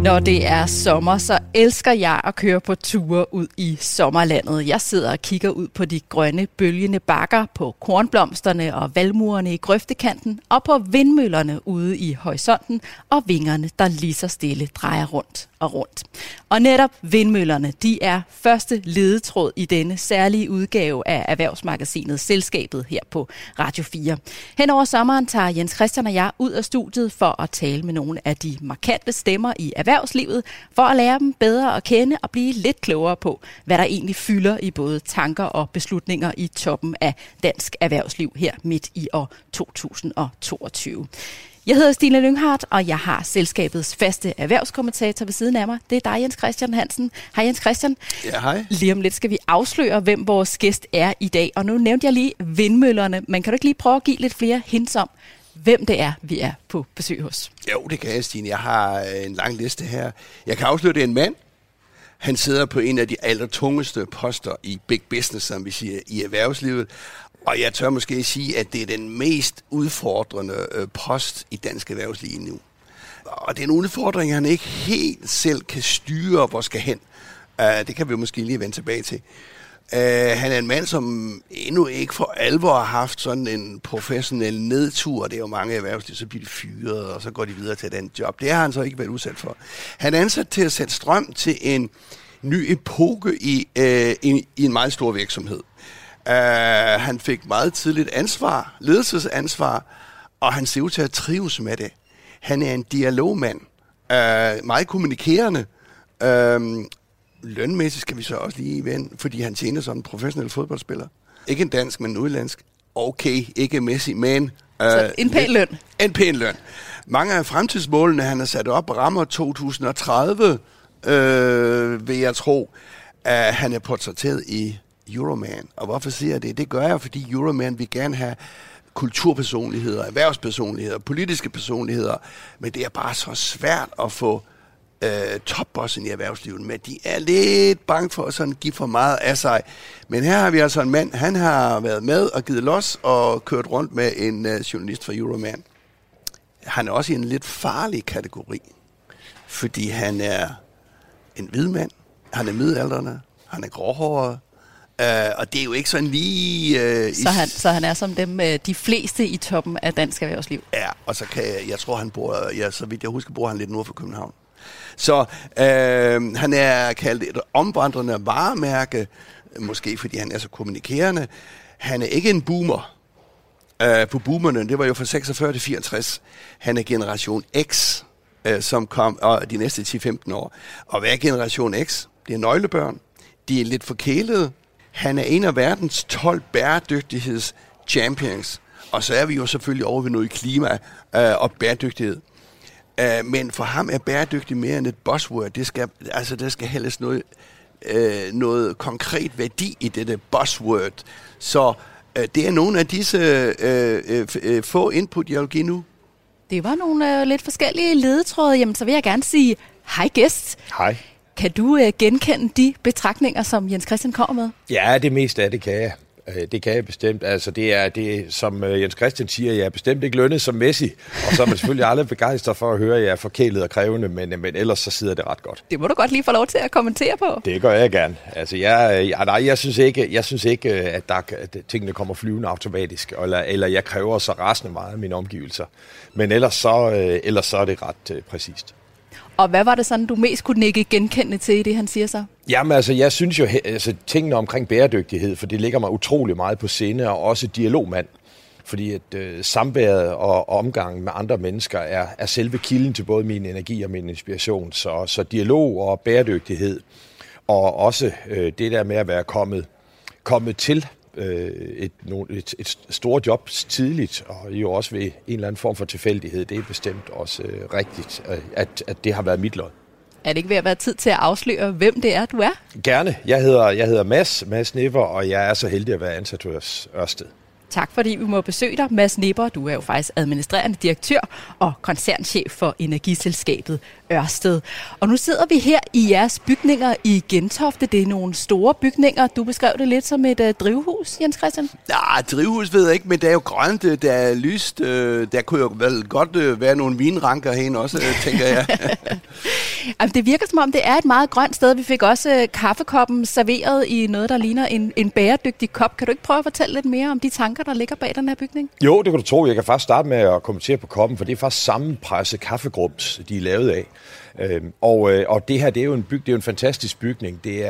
Når det er sommer, så elsker jeg at køre på ture ud i sommerlandet. Jeg sidder og kigger ud på de grønne, bølgende bakker, på kornblomsterne og valmuerne i grøftekanten, og på vindmøllerne ude i horisonten, og vingerne, der lige så stille drejer rundt og rundt. Og netop vindmøllerne, de er første ledetråd i denne særlige udgave af erhvervsmagasinet Selskabet her på Radio 4. Hen over sommeren tager Jens Christian og jeg ud af studiet for at tale med nogle af de markante stemmer i erhvervslivet, for at lære dem bedre at kende og blive lidt klogere på, hvad der egentlig fylder i både tanker og beslutninger i toppen af dansk erhvervsliv her midt i år 2022. Jeg hedder Stine Lynghardt, og jeg har selskabets faste erhvervskommentator ved siden af mig. Det er dig, Jens Christian Hansen. Hej Jens Christian. Ja, hej. Lige om lidt skal vi afsløre, hvem vores gæst er i dag. Og nu nævnte jeg lige vindmøllerne, men kan du ikke lige prøve at give lidt flere hints om, hvem det er, vi er på besøg hos? Jo, det kan jeg, Stine. Jeg har en lang liste her. Jeg kan afsløre, det er en mand. Han sidder på en af de allertungeste poster i big business, som vi siger, i erhvervslivet. Og jeg tør måske sige, at det er den mest udfordrende post i dansk erhvervsliv nu. Og det er en udfordring, han ikke helt selv kan styre, hvor skal hen. Det kan vi måske lige vende tilbage til. Han er en mand, som endnu ikke for alvor har haft sådan en professionel nedtur. Det er jo mange erhvervsliv, så bliver de fyret, og så går de videre til et andet job. Det har han så ikke været udsat for. Han er ansat til at sætte strøm til en ny epoke i en meget stor virksomhed. Han fik meget tidligt ansvar, ledelsesansvar, og han ser ud til at trives med det. Han er en dialogmand, meget kommunikerende. Lønmæssigt skal vi så også lige vende, fordi han tjener som en professionel fodboldspiller. Ikke en dansk, men en udlandsk. Okay, ikke Messi, men... Så en pæn løn. En pæn løn. Mange af fremtidsmålene, han har sat op, rammer 2030, vil jeg tro, at han er portrætteret i Euroman. Og hvorfor siger jeg det? Det gør jeg, fordi Euroman vil gerne have kulturpersonligheder, erhvervspersonligheder, politiske personligheder, men det er bare så svært at få topbossen i erhvervslivet med. De er lidt bange for at sådan give for meget af sig. Men her har vi altså en mand, han har været med og givet los og kørt rundt med en journalist fra Euroman. Han er også i en lidt farlig kategori, fordi han er en hvid mand, han er midaldrende, han er gråhåret, og det er jo ikke sådan lige... Så han er som dem, de fleste i toppen af dansk erhvervsliv. Ja, og så kan jeg tror han bor, så vidt jeg husker, bor han lidt nord for København. Så han er kaldt et omvandrende varemærke, måske fordi han er så kommunikerende. Han er ikke en boomer. På boomerne, det var jo fra 46 til 64. Han er generation X, som kom de næste 10-15 år. Og hvad er generation X? Det er nøglebørn. De er lidt forkælede. Han er en af verdens 12 bæredygtigheds-champions. Og så er vi jo selvfølgelig over ved noget klima og bæredygtighed. Men for ham er bæredygtig mere end et buzzword. Der skal hældes noget konkret værdi i dette buzzword. Så det er nogle af disse få input, jeg vil give nu. Det var nogle lidt forskellige ledetråde. Jamen, så vil jeg gerne sige hej gæst. Hej. Kan du genkende de betragtninger, som Jens Christian kommer med? Ja, det meste af det kan jeg. Det kan jeg bestemt. Altså, det er, som Jens Christian siger, jeg er bestemt ikke lønnet som Messi. Og så er man selvfølgelig aldrig begejstret for at høre, at jeg er forkælet og krævende, men ellers så sidder det ret godt. Det må du godt lige få lov til at kommentere på. Det gør jeg gerne. Altså, jeg synes ikke, at tingene kommer flyvende automatisk, eller jeg kræver så rasende meget af mine omgivelser. Men ellers så er det ret præcist. Og hvad var det sådan, du mest kunne nikke genkendende til i det, han siger så? Jamen altså, jeg synes jo, tingene omkring bæredygtighed, for det ligger mig utrolig meget på sinde, og også dialogmand. Fordi at samværet og omgangen med andre mennesker er selve kilden til både min energi og min inspiration. Så dialog og bæredygtighed, og også det der med at være kommet til et stort job tidligt, og jo også ved en eller anden form for tilfældighed, det er bestemt også rigtigt, at det har været mit lod. Er det ikke ved at være tid til at afsløre, hvem det er, du er? Gerne. Jeg hedder Mads Nipper, og jeg er så heldig at være ansat hos Ørsted. Tak fordi vi må besøge dig, Mads Nipper. Du er jo faktisk administrerende direktør og koncernchef for energiselskabet Ørsted. Og nu sidder vi her i jeres bygninger i Gentofte. Det er nogle store bygninger. Du beskrev det lidt som et drivhus, Jens Christian. Ja, drivhus ved jeg ikke, men det er jo grønt, der er lyst. Der kunne jo vel godt være nogle vinranker herinde også, tænker jeg. Jamen, det virker som om, det er et meget grønt sted. Vi fik også kaffekoppen serveret i noget, der ligner en bæredygtig kop. Kan du ikke prøve at fortælle lidt mere om de tanker, der ligger bag den her bygning? Jo, det kan du tro. Jeg kan faktisk starte med at kommentere på koppen, for det er faktisk sammenpresset kaffegrums, de er lavet af. Og det her, det er jo en fantastisk bygning. Det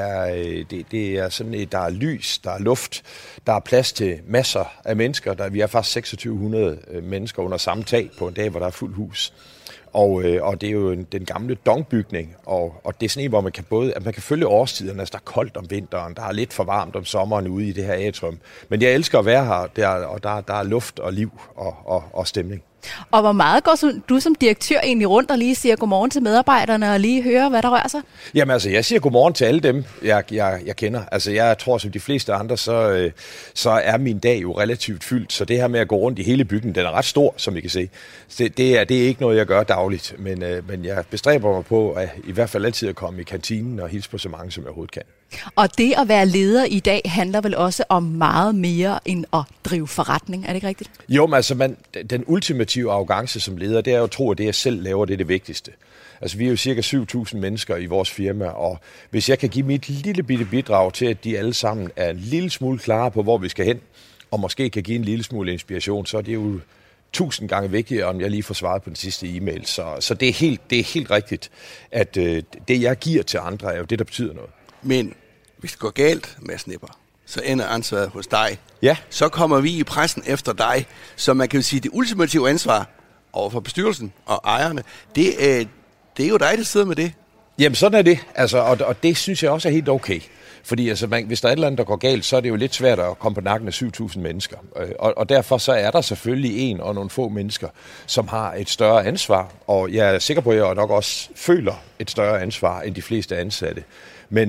er sådan, der er lys, der er luft, der er plads til masser af mennesker. Vi er faktisk 2600 mennesker under samme tag på en dag, hvor der er fuldt hus. Og det er jo den gamle Dong-bygning, og det er sådan en, hvor man kan følge årstiderne. Altså, der er koldt om vinteren, der er lidt for varmt om sommeren ude i det her atrium. Men jeg elsker at være her, og der er luft og liv og stemning. Og hvor meget går du som direktør egentlig rundt og lige siger godmorgen til medarbejderne og lige hører, hvad der rører sig? Jamen altså, jeg siger godmorgen til alle dem, jeg kender. Altså, jeg tror, som de fleste andre, så er min dag jo relativt fyldt. Så det her med at gå rundt i hele bygningen, den er ret stor, som I kan se. Det er ikke noget, jeg gør dagligt, men jeg bestræber mig på at i hvert fald altid at komme i kantinen og hilse på så mange, som jeg overhovedet kan. Og det at være leder i dag handler vel også om meget mere end at drive forretning, er det ikke rigtigt? Jo, men altså, den ultimative arrogance som leder, det er jo at tro, at det jeg selv laver, det er det vigtigste. Altså, vi er jo cirka 7.000 mennesker i vores firma, og hvis jeg kan give mit lille bitte bidrag til, at de alle sammen er en lille smule klare på, hvor vi skal hen, og måske kan give en lille smule inspiration, så er det jo 1000 gange vigtigere, om jeg lige får svaret på den sidste e-mail. Så det er helt rigtigt, at det, jeg giver til andre, er jo det, der betyder noget. Men hvis det går galt med Snipper, så ender ansvaret hos dig. Ja. Så kommer vi i pressen efter dig, så man kan jo sige, det ultimative ansvar overfor bestyrelsen og ejerne, det er jo dig, der sidder med det. Jamen sådan er det, altså, og det synes jeg også er helt okay. Fordi altså, hvis der er et eller andet, der går galt, så er det jo lidt svært at komme på nakken af 7.000 mennesker. Og derfor så er der selvfølgelig en og nogle få mennesker, som har et større ansvar. Og jeg er sikker på, at jeg nok også føler et større ansvar end de fleste ansatte. Men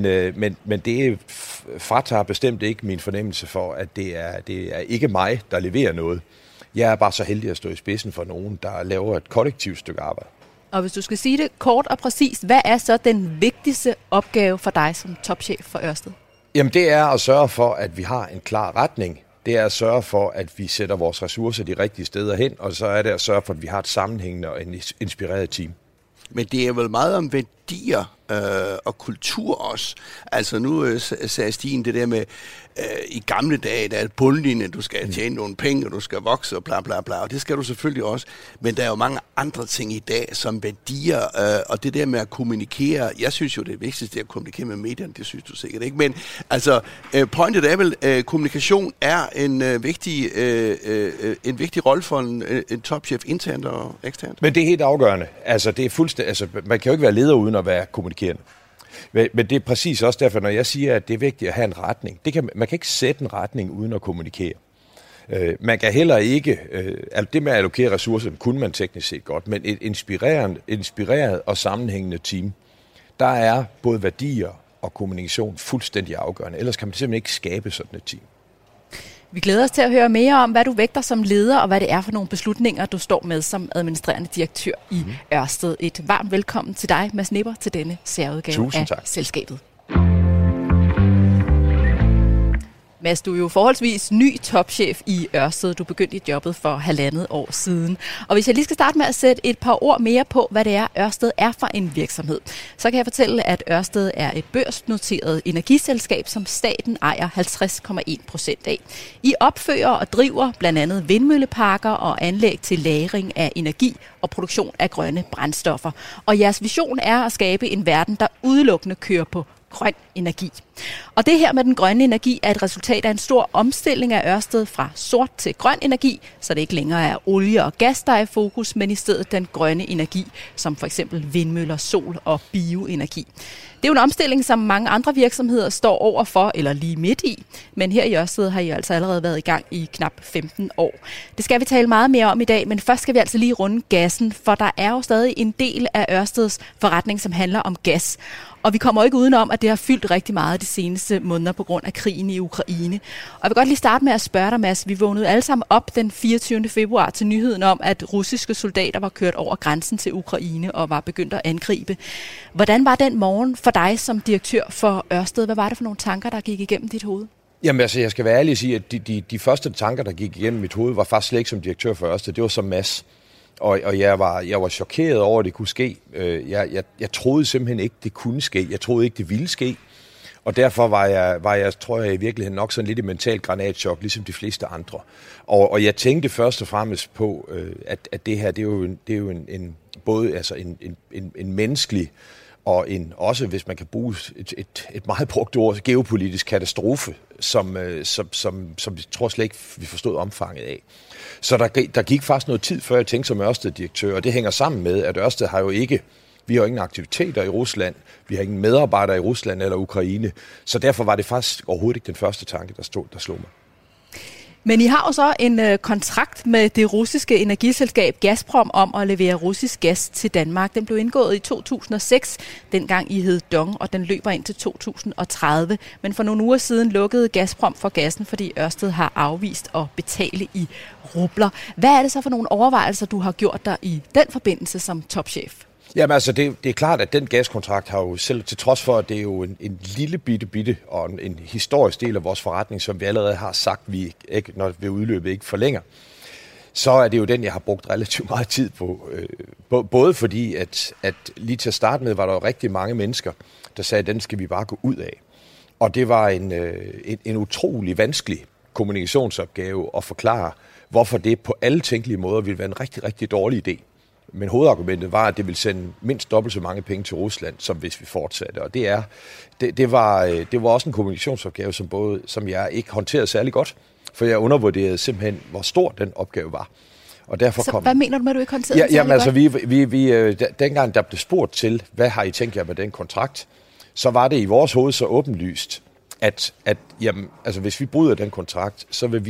det fratager bestemt ikke min fornemmelse for, at det er ikke mig, der leverer noget. Jeg er bare så heldig at stå i spidsen for nogen, der laver et kollektivt stykke arbejde. Og hvis du skal sige det kort og præcist, hvad er så den vigtigste opgave for dig som topchef for Ørsted? Jamen det er at sørge for, at vi har en klar retning. Det er at sørge for, at vi sætter vores ressourcer de rigtige steder hen, og så er det at sørge for, at vi har et sammenhængende og en inspireret team. Men det er vel meget om værdier og kultur også. Altså nu sagde Stine det der med, i gamle dage, der er et bundlinje, du skal tjene nogle penge, og du skal vokse og bla bla bla, og det skal du selvfølgelig også. Men der er jo mange andre ting i dag, som værdier, og det der med at kommunikere, jeg synes jo det vigtigste er at kommunikere med medierne, det synes du sikkert ikke, men altså, pointet er vel, kommunikation er en vigtig rolle for en topchef internt og eksternt. Men det er helt afgørende. Altså, det er fuldstændig, altså, man kan jo ikke være leder uden at være kommunikerende. Men det er præcis også derfor, når jeg siger, at det er vigtigt at have en retning. Man kan ikke sætte en retning uden at kommunikere. Man kan heller ikke, det med at allokere ressourcer, kunne man teknisk set godt, men et inspireret og sammenhængende team, der er både værdier og kommunikation fuldstændig afgørende. Ellers kan man simpelthen ikke skabe sådan et team. Vi glæder os til at høre mere om, hvad du vægter som leder, og hvad det er for nogle beslutninger, du står med som administrerende direktør i Ørsted. Et varmt velkommen til dig, Mads Nipper, til denne særudgave af selskabet. Mads, du er jo forholdsvis ny topchef i Ørsted. Du begyndte i jobbet for 1,5 år siden. Og hvis jeg lige skal starte med at sætte et par ord mere på, hvad det er, Ørsted er for en virksomhed, så kan jeg fortælle, at Ørsted er et børsnoteret energiselskab, som staten ejer 50,1% af. I opfører og driver blandt andet vindmølleparker og anlæg til lagring af energi og produktion af grønne brændstoffer. Og jeres vision er at skabe en verden, der udelukkende kører på grøn energi. Og det her med den grønne energi er et resultat af en stor omstilling af Ørsted fra sort til grøn energi, så det ikke længere er olie og gas, der er i fokus, men i stedet den grønne energi, som for eksempel vindmøller, sol og bioenergi. Det er jo en omstilling, som mange andre virksomheder står overfor eller lige midt i, men her i Ørsted har I altså allerede været i gang i knap 15 år. Det skal vi tale meget mere om i dag, men først skal vi altså lige runde gassen, for der er jo stadig en del af Ørsteds forretning, som handler om gas. Og vi kommer ikke udenom, at det har fyldt rigtig meget de seneste måneder på grund af krigen i Ukraine. Og jeg vil godt lige starte med at spørge dig, Mads. Vi vågnede alle sammen op den 24. februar til nyheden om, at russiske soldater var kørt over grænsen til Ukraine og var begyndt at angribe. Hvordan var den morgen for dig som direktør for Ørsted? Hvad var det for nogle tanker, der gik igennem dit hoved? Jamen altså, jeg skal være ærlig og sige, at de første tanker, der gik igennem mit hoved, var faktisk slet ikke som direktør for Ørsted. Det var som Mads. Og jeg var chokeret over, at det kunne ske. Jeg troede simpelthen ikke, det kunne ske. Jeg troede ikke, det ville ske. Og derfor var jeg, tror jeg, i virkeligheden nok sådan lidt i mental granatchok, ligesom de fleste andre. Og jeg tænkte først og fremmest på, at det her, det er jo en både altså en menneskelig og også, hvis man kan bruge et meget brugt ord, geopolitisk katastrofe, som vi tror slet ikke, vi forstod omfanget af. Så der gik faktisk noget tid, før jeg tænkte som Ørsted-direktør, og det hænger sammen med, at Ørsted vi har jo ingen aktiviteter i Rusland, vi har ingen medarbejdere i Rusland eller Ukraine, så derfor var det faktisk overhovedet ikke den første tanke, der slog mig. Men I har jo så en kontrakt med det russiske energiselskab Gazprom om at levere russisk gas til Danmark. Den blev indgået i 2006, dengang I hed Dong, og den løber ind til 2030. Men for nogle uger siden lukkede Gazprom for gassen, fordi Ørsted har afvist at betale i rubler. Hvad er det så for nogle overvejelser, du har gjort dig i den forbindelse som topchef? Jamen altså, det er klart, at den gaskontrakt har jo selv, til trods for, at det er jo en lille bitte og en historisk del af vores forretning, som vi allerede har sagt, vi ikke, når vi udløbet ikke forlænger, så er det jo den, jeg har brugt relativt meget tid på. Både fordi, at lige til at starte med, var der jo rigtig mange mennesker, der sagde, at den skal vi bare gå ud af. Og det var en utrolig vanskelig kommunikationsopgave at forklare, hvorfor det på alle tænkelige måder ville være en rigtig, rigtig dårlig idé. Men hovedargumentet var, at det ville sende mindst dobbelt så mange penge til Rusland, som hvis vi fortsatte. Og det var også en kommunikationsopgave, som jeg ikke håndterede særlig godt, for jeg undervurderede simpelthen, hvor stor den opgave var. Og derfor så hvad mener du med, at du ikke håndterede den særlig godt? Altså, dengang der blev spurgt til, hvad har I tænkt jer med den kontrakt, så var det i vores hoved så åbenlyst, at jamen, altså, hvis vi bryder den kontrakt, så vil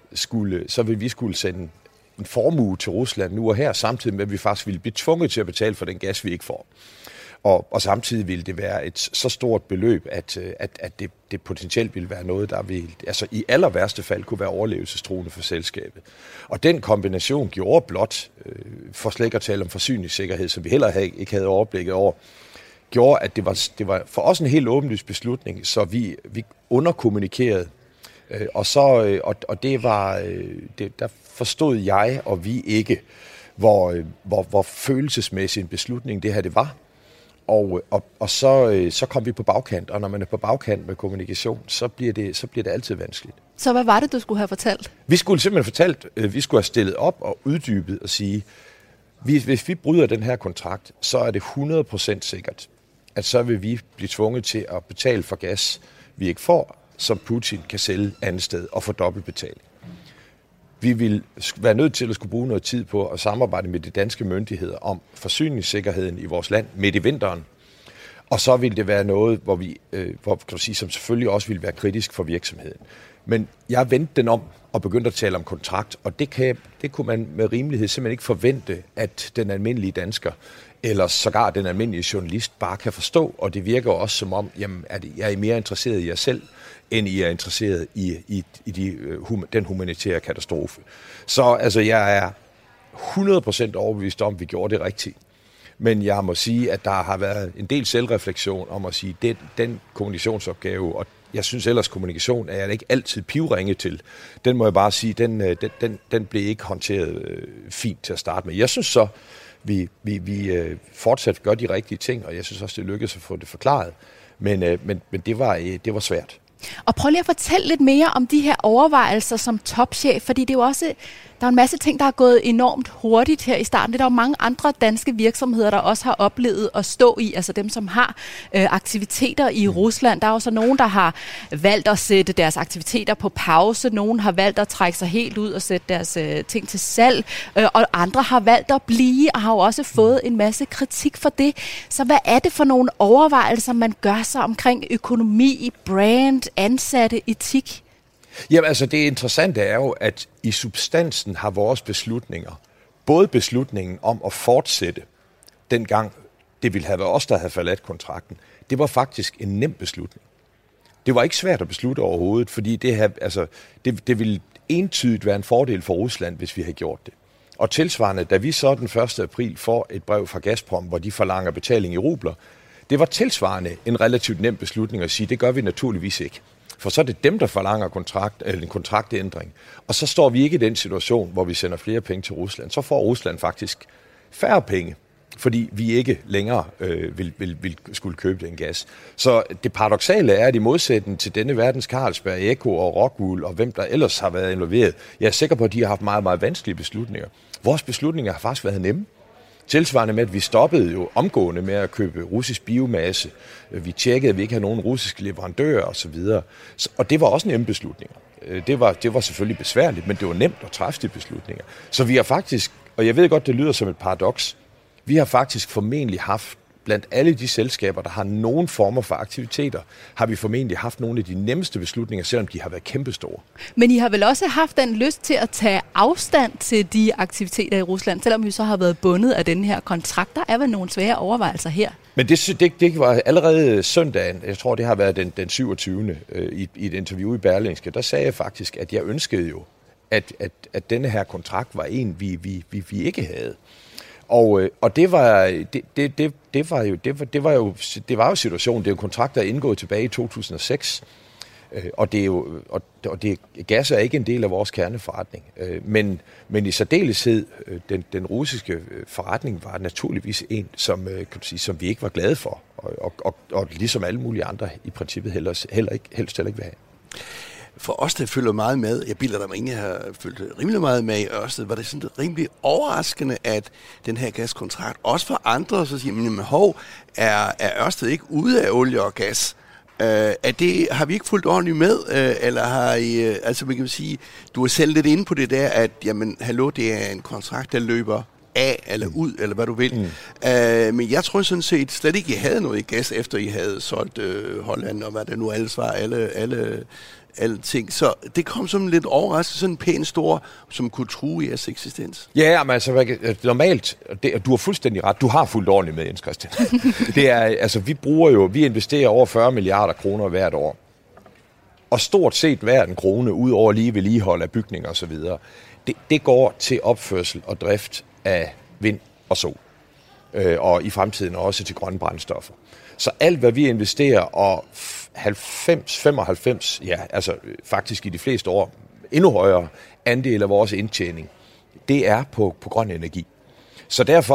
vi skulle sende en formue til Rusland nu og her, samtidig med, at vi faktisk ville blive tvunget til at betale for den gas, vi ikke får. Og samtidig ville det være et så stort beløb, at det potentielt ville være noget, der ville, altså i aller værste fald kunne være overlevelsestruende for selskabet. Og den kombination gjorde blot, for slet ikke at tale om forsyningssikkerhed, som vi heller ikke havde overblikket over, gjorde, at det var for os en helt åbenlys beslutning, så vi underkommunikerede. Og det var, der forstod jeg og vi ikke, hvor følelsesmæssig en beslutning det her det var. Og så kom vi på bagkant, og når man er på bagkant med kommunikation, så bliver det altid vanskeligt. Så hvad var det, du skulle have fortalt? Vi skulle simpelthen fortalt, vi skulle have stillet op og uddybet og sige, hvis vi bryder den her kontrakt, så er det 100% sikkert, at så vil vi blive tvunget til at betale for gas, vi ikke får, som Putin kan sælge andet sted og få dobbeltbetaling. Vi vil være nødt til at skulle bruge noget tid på at samarbejde med de danske myndigheder om forsyningssikkerheden i vores land midt i vinteren. Og så vil det være noget, som selvfølgelig også vil være kritisk for virksomheden. Men jeg vendte den om og begyndte at tale om kontrakt, og det kunne man med rimelighed simpelthen ikke forvente, at den almindelige dansker eller sågar den almindelige journalist bare kan forstå, og det virker også som om, jamen, at jeg er mere interesseret i jer selv, end I er interesseret i den humanitære katastrofe. Så altså, jeg er 100% overbevist om, at vi gjorde det rigtigt. Men jeg må sige, at der har været en del selvreflektion om at sige, at den kommunikationsopgave, og jeg synes ellers, kommunikation er jeg ikke altid pivringe til. Den må jeg bare sige, den blev ikke håndteret fint til at starte med. Jeg synes så, vi fortsat gør de rigtige ting, og jeg synes også, det lykkedes at få det forklaret. Men det var svært. Og prøv lige at fortælle lidt mere om de her overvejelser som topchef, fordi det er jo også, der er en masse ting, der er gået enormt hurtigt her i starten. Det er der jo mange andre danske virksomheder, der også har oplevet at stå i, altså dem, som har aktiviteter i Rusland. Der er jo så nogen, der har valgt at sætte deres aktiviteter på pause, nogen har valgt at trække sig helt ud og sætte deres ting til salg, og andre har valgt at blive og har jo også fået en masse kritik for det. Så hvad er det for nogle overvejelser, man gør sig omkring økonomi, brand, ansatte, etik? Jamen altså, det interessante er jo, at i substansen har vores beslutninger, både beslutningen om at fortsætte dengang, det ville have været os, der havde forladt kontrakten, det var faktisk en nem beslutning. Det var ikke svært at beslutte overhovedet, fordi det ville entydigt være en fordel for Rusland, hvis vi havde gjort det. Og tilsvarende, da vi så den 1. april får et brev fra Gazprom, hvor de forlanger betaling i rubler, det var tilsvarende en relativt nem beslutning at sige, det gør vi naturligvis ikke. For så er det dem, der forlanger en kontraktændring. Og så står vi ikke i den situation, hvor vi sender flere penge til Rusland. Så får Rusland faktisk færre penge, fordi vi ikke længere vil skulle købe den gas. Så det paradoksale er, at i modsætning til denne verdens Carlsberg, Eko og Rockwool og hvem der ellers har været involveret, jeg er sikker på, at de har haft meget, meget vanskelige beslutninger. Vores beslutninger har faktisk været nemme. Tilsvarende med, at vi stoppede jo omgående med at købe russisk biomasse. Vi tjekkede, at vi ikke havde nogen russiske leverandører osv. Og det var også nemme beslutninger. Det var selvfølgelig besværligt, men det var nemt at træffe de beslutninger. Så vi har faktisk, og jeg ved godt, det lyder som et paradoks, vi har faktisk formentlig haft, blandt alle de selskaber, der har nogen former for aktiviteter, har vi formentlig haft nogle af de nemmeste beslutninger, selvom de har været kæmpestore. Men I har vel også haft den lyst til at tage afstand til de aktiviteter i Rusland, selvom I så har været bundet af den her kontrakt. Der er vel nogle svære overvejelser her? Men det var allerede søndagen, jeg tror det har været den 27. I et interview i Berlingske, der sagde jeg faktisk, at jeg ønskede jo, at denne her kontrakt var en, vi ikke havde. Og det var jo situationen. Det er jo en kontrakt, der er indgået tilbage i 2006. Og gas er ikke en del af vores kerneforretning. Men i særdeleshed, den russiske forretning var naturligvis en, som vi ikke var glade for. Og ligesom alle mulige andre i princippet helst heller ikke vil have. For os, der følger meget med, jeg bilder dig egentlig har følt rimelig meget med i Ørsted, var det sådan rimelig overraskende, at den her gaskontrakt, også for andre, så siger man, er Ørsted ikke ude af olie og gas? Har vi ikke fulgt ordentligt med, eller har I, altså man kan sige, du er selv lidt inde på det der, at jamen, hallo, det er en kontrakt, der løber af eller ud, eller hvad du vil. Men jeg tror sådan set slet ikke, I havde noget i gas, efter I havde solgt Holland, og hvad det nu ellers var, alle ting. Så det kom som lidt overraskende, sådan en pæn stor, som kunne true jeres eksistens. Ja, men altså normalt, du har fuldstændig ret, du har fulgt ordentligt med, Jens Christian. Det er, altså vi investerer over 40 milliarder kroner hvert år. Og stort set hver en krone, ud over lige vedligehold af bygninger osv., det går til opførsel og drift af vind og sol. Og i fremtiden også til grønne brændstoffer. Så alt, hvad vi investerer, og 95, ja, altså faktisk i de fleste år, endnu højere andel af vores indtjening, det er på grøn energi. Så derfor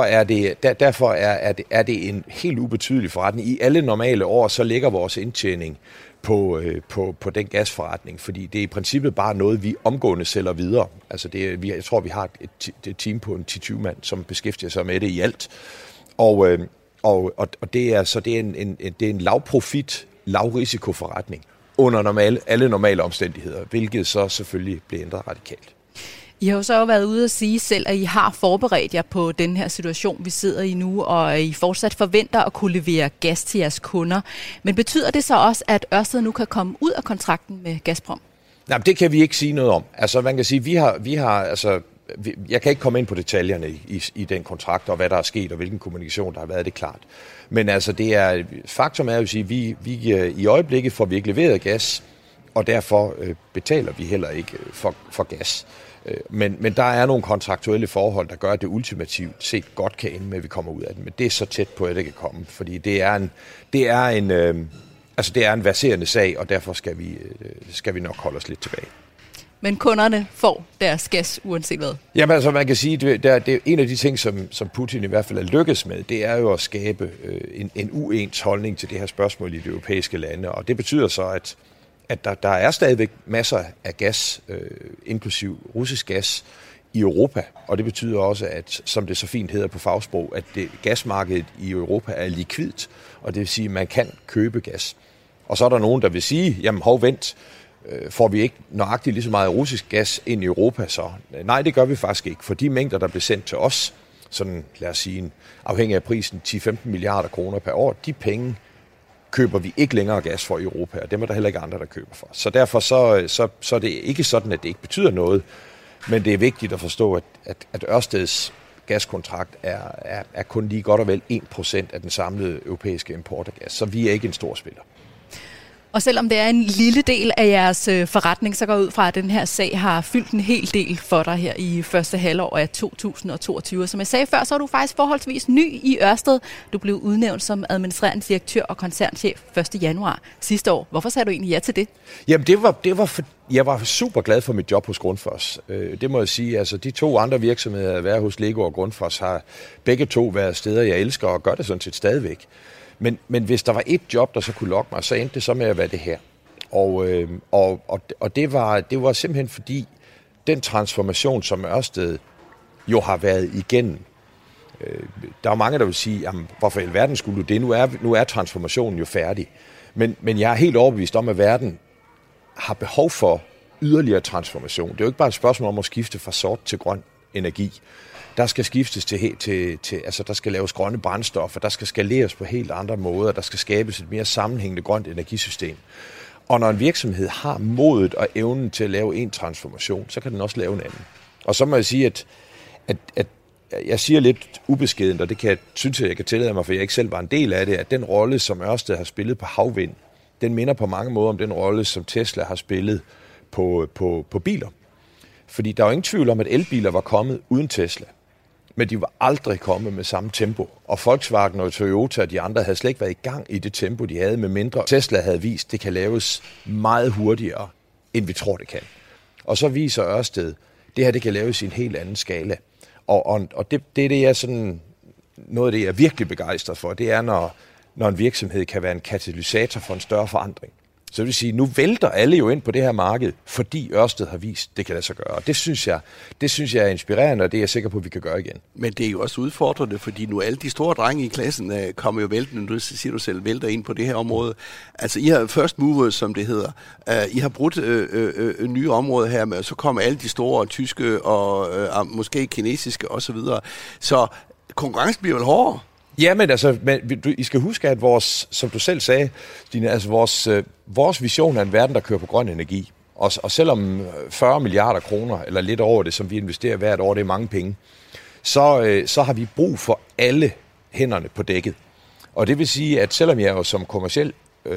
er det en helt ubetydelig forretning. I alle normale år, så ligger vores indtjening på den gasforretning, fordi det er i princippet bare noget, vi omgående sælger videre. Altså jeg tror, vi har et team på en 10-20 mand, som beskæftiger sig med det i alt. Og det er en lavprofit, lavrisikoforretning under alle normale omstændigheder, hvilket så selvfølgelig bliver ændret radikalt. I har jo så været ude at sige selv, at I har forberedt jer på den her situation, vi sidder i nu, og I fortsat forventer at kunne levere gas til jeres kunder. Men betyder det så også, at Ørsted nu kan komme ud af kontrakten med Gazprom? Nej, det kan vi ikke sige noget om. Altså man kan sige, jeg kan ikke komme ind på detaljerne i den kontrakt, og hvad der er sket, og hvilken kommunikation der har været, det klart. Men altså faktum er jo at sige, vi i øjeblikket får vi ikke leveret gas, og derfor betaler vi heller ikke for gas. Men der er nogle kontraktuelle forhold, der gør, at det ultimativt set godt kan ende med, at vi kommer ud af det. Men det er så tæt på, at det kan komme, fordi det er en verserende sag, og derfor skal vi nok holde os lidt tilbage. Men kunderne får deres gas uanset hvad? Jamen altså, man kan sige, det er en af de ting, som Putin i hvert fald er lykkes med, det er jo at skabe en uens holdning til det her spørgsmål i de europæiske lande. Og det betyder så, at der er stadigvæk masser af gas, inklusiv russisk gas, i Europa. Og det betyder også, at, som det så fint hedder på fagsprog, at gasmarkedet i Europa er likvidt, og det vil sige, at man kan købe gas. Og så er der nogen, der vil sige, jamen vent, får vi ikke nøjagtigt lige så meget russisk gas ind i Europa så? Nej, det gør vi faktisk ikke, for de mængder, der bliver sendt til os, sådan lad os sige, afhængig af prisen 10-15 milliarder kroner per år, de penge køber vi ikke længere gas for i Europa, og dem er der heller ikke andre, der køber for. Så derfor så er det ikke sådan, at det ikke betyder noget, men det er vigtigt at forstå, at Ørsteds gaskontrakt er kun lige godt og vel 1% af den samlede europæiske import af gas, så vi er ikke en stor spiller. Og selvom det er en lille del af jeres forretning, så går ud fra, at den her sag har fyldt en hel del for dig her i første halvår af 2022. Som jeg sagde før, så er du faktisk forholdsvis ny i Ørsted. Du blev udnævnt som administrerende direktør og koncernchef 1. januar sidste år. Hvorfor sagde du egentlig ja til det? Jamen jeg var super glad for mit job hos Grundfos. Det må jeg sige. Altså de 2 andre virksomheder, at være hos Lego og Grundfos, har begge 2 været steder, jeg elsker og gør det sådan set stadigvæk. Men hvis der var et job, der så kunne lokke mig, så endte det så med at være det her. Og det var simpelthen fordi, den transformation, som Ørsted jo har været igennem, der er mange, der vil sige, jamen, hvorfor i alverden skulle du det? Nu er transformationen jo færdig. Men jeg er helt overbevist om, at verden har behov for yderligere transformation. Det er jo ikke bare et spørgsmål om at skifte fra sort til grøn energi. Der skal skiftes altså der skal laves grønne brændstoffer, der skal skaleres på helt andre måder, der skal skabes et mere sammenhængende grønt energisystem. Og når en virksomhed har modet og evnen til at lave en transformation, så kan den også lave en anden. Og så må jeg sige, at jeg siger lidt ubeskedent, og det synes jeg kan tillade mig, for jeg ikke selv var en del af det, at den rolle, som Ørsted har spillet på havvind, den minder på mange måder om den rolle, som Tesla har spillet på biler. Fordi der er jo ingen tvivl om, at elbiler var kommet uden Tesla. Men de var aldrig kommet med samme tempo. Og Volkswagen og Toyota og de andre havde slet ikke været i gang i det tempo, de havde, med mindre Tesla havde vist, at det kan laves meget hurtigere, end vi tror, det kan. Og så viser Ørsted, at det her det kan laves i en helt anden skala. Og det er det, jeg sådan, noget af det, jeg er virkelig begejstret for, det er, når en virksomhed kan være en katalysator for en større forandring. Så det vil sige, nu vælter alle jo ind på det her marked, fordi Ørsted har vist, det kan lade sig gøre. Og det synes jeg er inspirerende, og det er jeg sikker på, at vi kan gøre igen. Men det er jo også udfordrende, fordi nu alle de store drenge i klassen kommer jo væltende, du siger du selv, vælter ind på det her område. Altså, I har first movers, som det hedder. I har brudt nye områder her med, og så kommer alle de store tyske og måske kinesiske osv. Så konkurrencen bliver vel hårdere? Ja, men altså, I skal huske, at som du selv sagde, Stine, altså vores vision er en verden, der kører på grøn energi. Og selvom 40 milliarder kroner, eller lidt over det, som vi investerer hvert år, det er mange penge, så har vi brug for alle hænderne på dækket. Og det vil sige, at selvom jeg er jo som kommerciel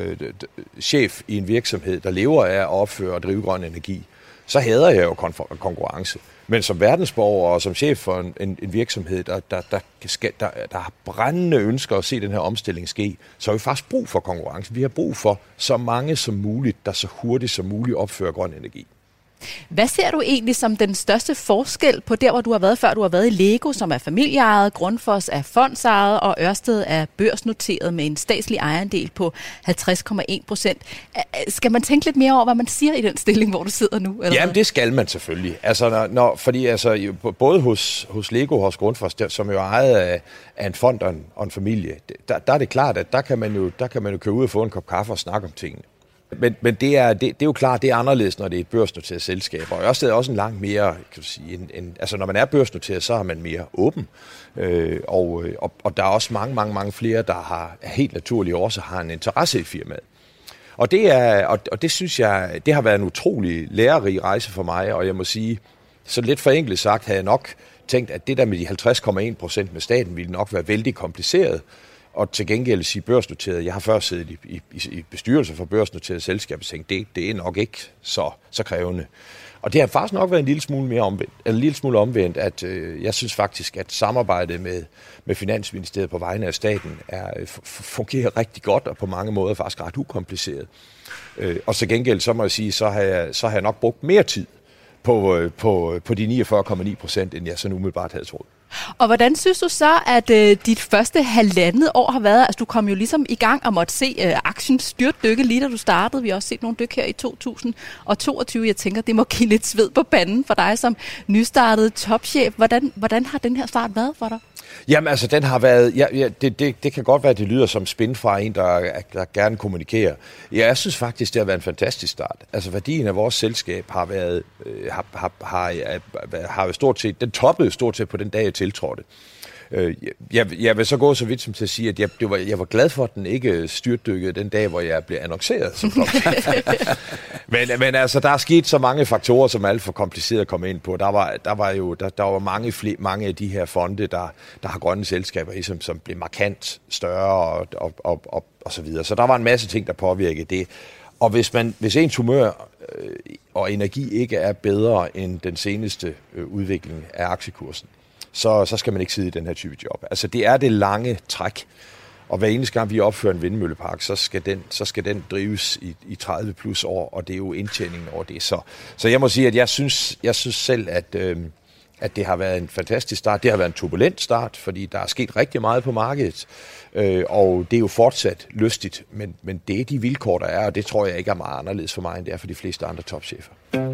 chef i en virksomhed, der lever af at opføre og drive grøn energi, så hader jeg jo konkurrence. Men som verdensborger og som chef for en virksomhed, der har brændende ønsker at se den her omstilling ske, så har vi faktisk brug for konkurrence. Vi har brug for så mange som muligt, der så hurtigt som muligt opfører grøn energi. Hvad ser du egentlig som den største forskel på der, hvor du har været før? Du har været i Lego, som er familieejet, Grundfos er fondsejet, og Ørsted er børsnoteret med en statslig ejerandel på 50,1%. Skal man tænke lidt mere over, hvad man siger i den stilling, hvor du sidder nu? Eller Jamen, det skal man selvfølgelig. Altså, fordi altså, både hos Lego og hos Grundfos, som jo er ejet af en fond og en familie, der er det klart, at der kan man jo køre ud og få en kop kaffe og snakke om tingene. Men det er jo klart, det er anderledes, når det er et børsnoteret selskab. Og Ørsted er også en langt mere, kan du sige, altså når man er børsnoteret, så er man mere åben. Og der er også mange flere, der har helt naturligt også har en interesse i firmaet. Og det synes jeg, det har været en utrolig lærerig rejse for mig, og jeg må sige, så lidt forenklet sagt, havde jeg nok tænkt, at det der med de 50,1% med staten ville nok være vældig kompliceret. Og til gengæld sige børsnoteret. Jeg har før siddet i bestyrelser for børsnoterede selskaber og tænkt, det er nok ikke så krævende. Og det har faktisk nok været en lille smule omvendt, at jeg synes faktisk, at samarbejdet med Finansministeriet på vegne af staten fungerer rigtig godt og på mange måder faktisk ret ukompliceret. Og til gengæld, så må jeg sige, så har jeg nok brugt mere tid på de 49,9%, end jeg så umiddelbart havde troet. Og hvordan synes du så, at dit første halvandet år har været? Altså, du kom jo ligesom i gang og måtte se aktien styrtdykke lige da du startede. Vi har også set nogle dyk her i 2022. Jeg tænker, det må give lidt sved på panden for dig som nystartet topchef. Hvordan har den her start været for dig? Jamen altså, den har været, det kan godt være, at det lyder som spin fra en, der gerne kommunikerer. Ja, jeg synes faktisk, det har været en fantastisk start. Altså, værdien af vores selskab har været, har stort set, den toppede stort set på den dag, jeg tiltrådte. Jeg vil så gå så vidt som til at sige, at jeg var glad for, at den ikke styrtdykkede den dag, hvor jeg blev annonceret som men altså, der er sket så mange faktorer, som er alt for kompliceret at komme ind på. Der var mange af de her fonde, der har grønne selskaber i, som blev markant større og så videre. Så der var en masse ting, der påvirkede det. Og hvis ens humør og energi ikke er bedre end den seneste udvikling af aktiekursen, så skal man ikke sidde i den her type job. Altså det er det lange træk, og hver eneste gang vi opfører en vindmøllepark, så skal den drives i 30 plus år, og det er jo indtjeningen over det. Så jeg må sige, at jeg synes selv, at det har været en fantastisk start. Det har været en turbulent start, fordi der er sket rigtig meget på markedet, og det er jo fortsat lystigt, men det er de vilkår, der er, og det tror jeg ikke er meget anderledes for mig, end det er for de fleste andre topchefer.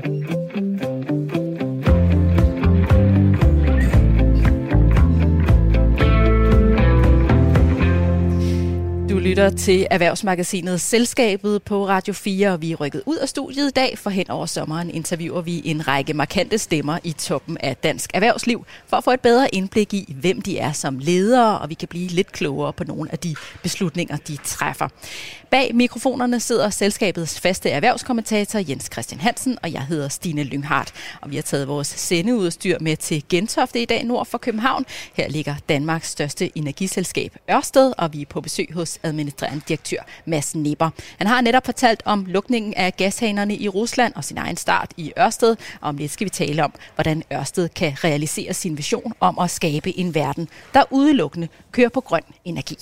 Lytter til Erhvervsmagasinet Selskabet på Radio 4, og vi er rykket ud af studiet i dag, for hen over sommeren interviewer vi en række markante stemmer i toppen af dansk erhvervsliv, for at få et bedre indblik i, hvem de er som ledere, og vi kan blive lidt klogere på nogle af de beslutninger, de træffer. Bag mikrofonerne sidder selskabets faste erhvervskommentator Jens Christian Hansen, og jeg hedder Stine Lynghardt. Og vi har taget vores sendeudstyr med til Gentofte i dag nord for København. Her ligger Danmarks største energiselskab Ørsted, og vi er på besøg hos administrerende direktør Mads Nipper. Han har netop fortalt om lukningen af gashanerne i Rusland og sin egen start i Ørsted. Og om lidt skal vi tale om, hvordan Ørsted kan realisere sin vision om at skabe en verden, der udelukkende kører på grøn energi.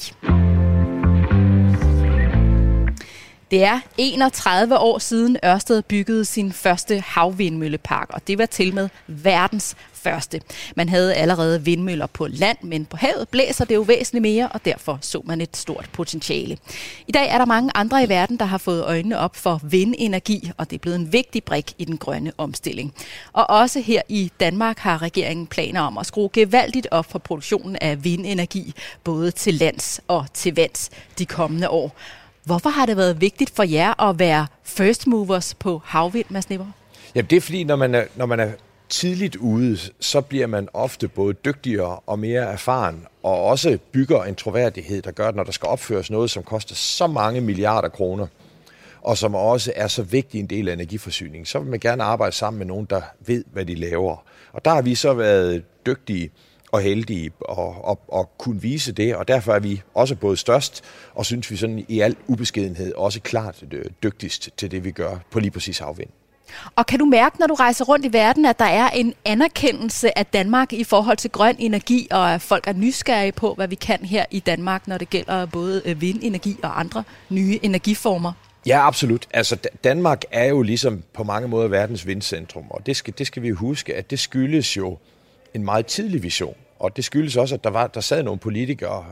Det er 31 år siden Ørsted byggede sin første havvindmøllepark, og det var til med verdens første. Man havde allerede vindmøller på land, men på havet blæser det jo væsentligt mere, og derfor så man et stort potentiale. I dag er der mange andre i verden, der har fået øjnene op for vindenergi, og det er blevet en vigtig brik i den grønne omstilling. Og også her i Danmark har regeringen planer om at skrue gevaldigt op for produktionen af vindenergi, både til lands og til vands de kommende år. Hvorfor har det været vigtigt for jer at være first movers på havvind, Mads Nipper? Jamen det er fordi, når man er tidligt ude, så bliver man ofte både dygtigere og mere erfaren, og også bygger en troværdighed, der gør, at når der skal opføres noget, som koster så mange milliarder kroner, og som også er så vigtig en del af energiforsyningen, så vil man gerne arbejde sammen med nogen, der ved, hvad de laver. Og der har vi så været dygtige og heldige og kunne vise det, og derfor er vi også både størst, og synes vi sådan i al ubeskedenhed også klart dygtigst til det, vi gør på lige præcis havvind. Og kan du mærke, når du rejser rundt i verden, at der er en anerkendelse af Danmark i forhold til grøn energi, og at folk er nysgerrige på, hvad vi kan her i Danmark, når det gælder både vindenergi og andre nye energiformer? Ja, absolut. Altså Danmark er jo ligesom på mange måder verdens vindcentrum, og det skal vi huske, at det skyldes jo en meget tidlig vision. Og det skyldes også, at der sad nogle politikere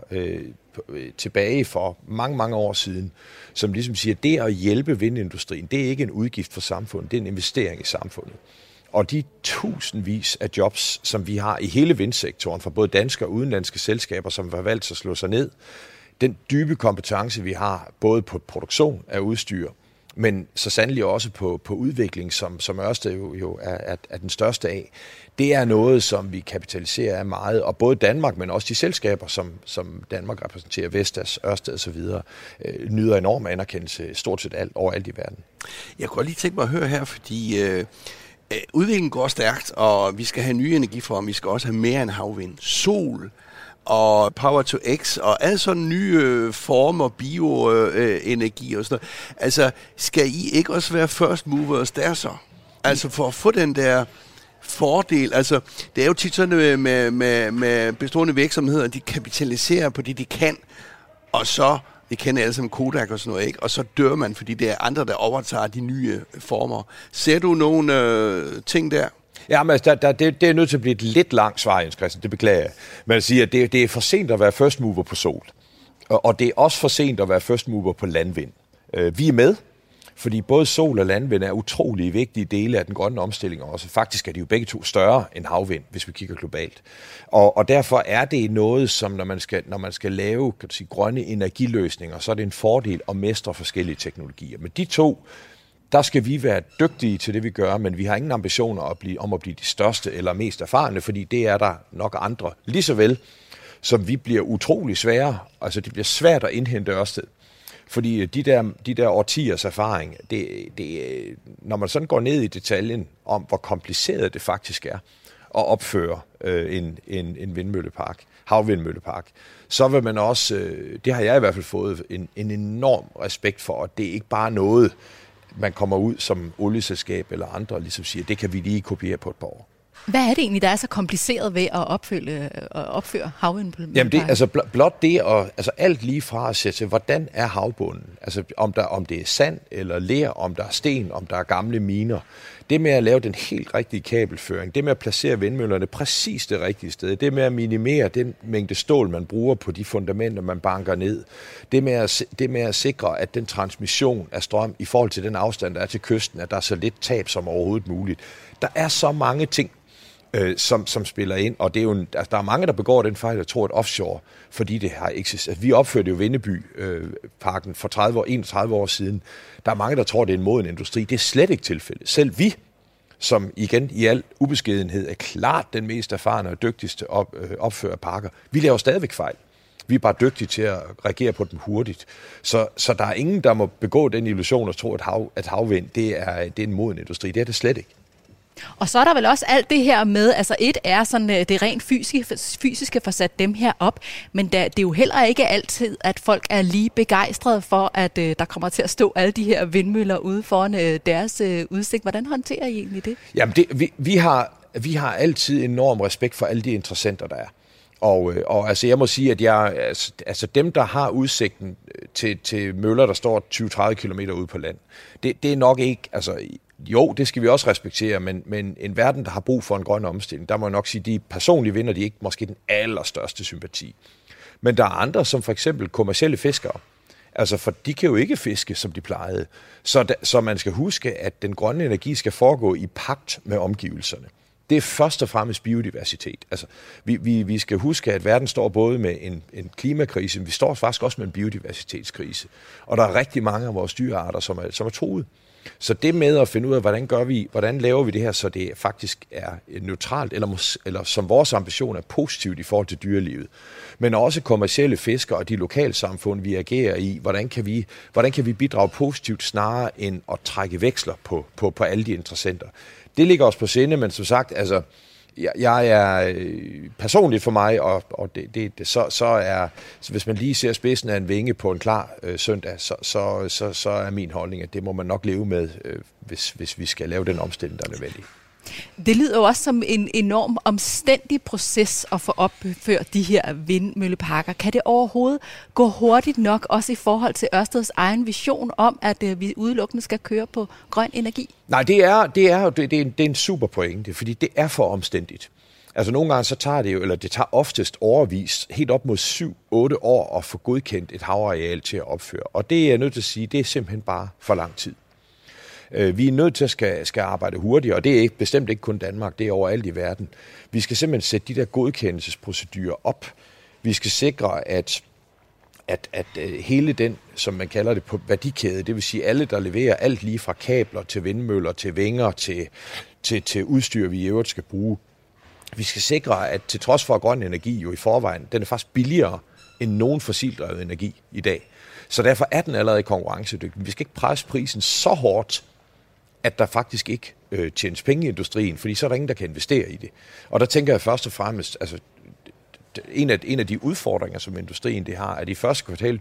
tilbage for mange, mange år siden, som ligesom siger, at det at hjælpe vindindustrien, det er ikke en udgift for samfundet, det er en investering i samfundet. Og de tusindvis af jobs, som vi har i hele vindsektoren, fra både danske og udenlandske selskaber, som har valgt at slå sig ned, den dybe kompetence, vi har, både på produktion af udstyr, men så sandelig også på udvikling, som Ørsted jo er den største af. Det er noget, som vi kapitaliserer af meget, og både Danmark, men også de selskaber, som Danmark repræsenterer, Vestas, Ørsted osv., nyder enorm anerkendelse stort set overalt i verden. Jeg kunne lige tænke mig at høre her, fordi udviklingen går stærkt, og vi skal have nye energiformer, vi skal også have mere end havvind, sol og Power to X, og alle sådan nye former, bioenergi og sådan noget. Altså, skal I ikke også være first movers der så? Altså, for at få den der fordel. Altså, det er jo tit sådan med bestående virksomheder, de kapitaliserer på det, de kan, og så, vi kender alle sammen Kodak og sådan noget, ikke? Og så dør man, fordi det er andre, der overtager de nye former. Ser du nogle ting der? Ja, men det er nødt til at blive et lidt langt svar, Jens Christian, det beklager jeg. Men jeg siger, at det er for sent at være first mover på sol. Og det er også for sent at være first mover på landvind. Vi er med, fordi både sol og landvind er utrolig vigtige dele af den grønne omstilling også. Faktisk er de jo begge to større end havvind, hvis vi kigger globalt. Og derfor er det noget, som når man skal lave grønne energiløsninger, så er det en fordel at mestre forskellige teknologier. Men de to, der skal vi være dygtige til det, vi gør, men vi har ingen ambitioner om at blive de største eller mest erfarne, fordi det er der nok andre. Lige så vel, som vi bliver utrolig svære, altså det bliver svært at indhente Ørsted. Fordi de der årtiers erfaring, når man sådan går ned i detaljen om, hvor kompliceret det faktisk er at opføre en vindmøllepark, havvindmøllepark, så vil man også, det har jeg i hvert fald fået, en enorm respekt for, at det ikke bare er noget, man kommer ud som olieselskab eller andre, ligesom siger, det kan vi lige kopiere på et par år. Hvad er det egentlig, der er så kompliceret ved at opføre havvindmølleparker? Jamen det, altså blot det, og altså alt lige fra at sætte, hvordan er havbunden? Altså om det er sand eller ler, om der er sten, om der er gamle miner. Det med at lave den helt rigtige kabelføring, det med at placere vindmøllerne præcis det rigtige sted, det med at minimere den mængde stål, man bruger på de fundamenter, man banker ned, det med at sikre, at den transmission af strøm i forhold til den afstand, der er til kysten, at der er så lidt tab som overhovedet muligt. Der er så mange ting, som spiller ind, og det er jo der er mange, der begår den fejl, der tror, at offshore, fordi det har eksisteret. Altså, vi opførte jo Vindeby-parken for 31 år siden. Der er mange, der tror, det er en moden industri. Det er slet ikke tilfældet. Selv vi, som igen i al ubeskedenhed er klart den mest erfarne og dygtigste opfører parker, vi laver stadigvæk fejl. Vi er bare dygtige til at reagere på dem hurtigt. Så der er ingen, der må begå den illusion og tro, at havvind det er en moden industri. Det er det slet ikke. Og så er der vel også alt det her med, altså et er sådan det rent fysiske for sat dem her op, men det er jo heller ikke altid, at folk er lige begejstrede for, at der kommer til at stå alle de her vindmøller ude foran deres udsigt. Hvordan håndterer I egentlig det? Jamen vi har altid enorm respekt for alle de interessenter, der er. Og altså jeg må sige, at dem, der har udsigten til møller, der står 20-30 kilometer ude på land, det er nok ikke, altså jo, det skal vi også respektere, men en verden, der har brug for en grøn omstilling, der må jeg nok sige, de personlige vinder, de ikke måske den allerstørste sympati. Men der er andre, som for eksempel kommercielle fiskere. Altså, for de kan jo ikke fiske, som de plejede. Så man skal huske, at den grønne energi skal foregå i pagt med omgivelserne. Det er først og fremmest biodiversitet. Altså, vi skal huske, at verden står både med en klimakrise, men vi står faktisk også med en biodiversitetskrise. Og der er rigtig mange af vores dyrearter, som er truet. Så det med at finde ud af, hvordan laver vi det her, så det faktisk er neutralt, eller som vores ambition er positivt i forhold til dyrelivet. Men også kommercielle fiskere og de lokalsamfund, vi agerer i, hvordan kan vi bidrage positivt snarere end at trække veksler på alle de interessenter. Det ligger også på sinde, men som sagt, altså, jeg er personligt for mig, og så hvis man lige ser spidsen af en vinge på en klar søndag, så er min holdning, at det må man nok leve med, hvis vi skal lave den omstilling, der er nødvendig. Det lyder jo også som en enorm omstændig proces at få opført de her vindmølleparker. Kan det overhovedet gå hurtigt nok, også i forhold til Ørsteds egen vision om, at vi udelukkende skal køre på grøn energi? Nej, det er en super pointe, fordi det er for omstændigt. Altså nogle gange så tager det jo, eller det tager oftest overvis, helt op mod 7-8 år at få godkendt et havareal til at opføre. Og det er jeg nødt til at sige, det er simpelthen bare for lang tid. Vi er nødt til at skal arbejde hurtigt, og det er bestemt ikke kun Danmark, det er overalt i verden. Vi skal simpelthen sætte de der godkendelsesprocedurer op. Vi skal sikre, at hele den, som man kalder det på værdikæde, det vil sige alle, der leverer alt lige fra kabler til vindmøller, til vinger, til udstyr, vi i øvrigt skal bruge. Vi skal sikre, at til trods for at grøn energi jo i forvejen, den er faktisk billigere end nogen fossildrevet energi i dag. Så derfor er den allerede konkurrencedygtig. Vi skal ikke presse prisen så hårdt, at der faktisk ikke tjenes penge i industrien, fordi så er der ingen, der kan investere i det. Og der tænker jeg først og fremmest, altså en af de udfordringer, som industrien det har, at i første kvartal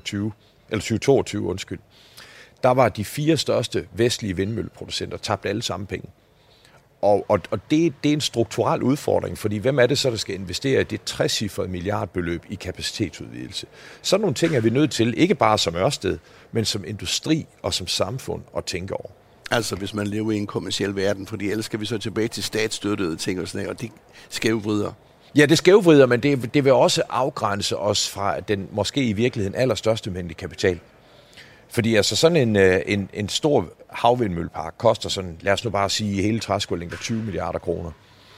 2022, der var de 4 største vestlige vindmølleproducenter tabt alle sammen penge. Og det er en strukturel udfordring, fordi hvem er det så, der skal investere i det 60-cifrede milliardbeløb i kapacitetsudvidelse? Sådan nogle ting er vi nødt til, ikke bare som Ørsted, men som industri og som samfund at tænke over. Altså hvis man lever i en kommerciel verden, fordi ellers skal vi så tilbage til statsstøttede ting og sådan noget, og det skævvrider. Ja, det skævvrider, men det vil også afgrænse os fra den måske i virkeligheden allerstørste mængde kapital. Fordi altså sådan en stor havvindmøllepark koster sådan, lad os nu bare sige, hele træskolængder 20 milliarder kroner.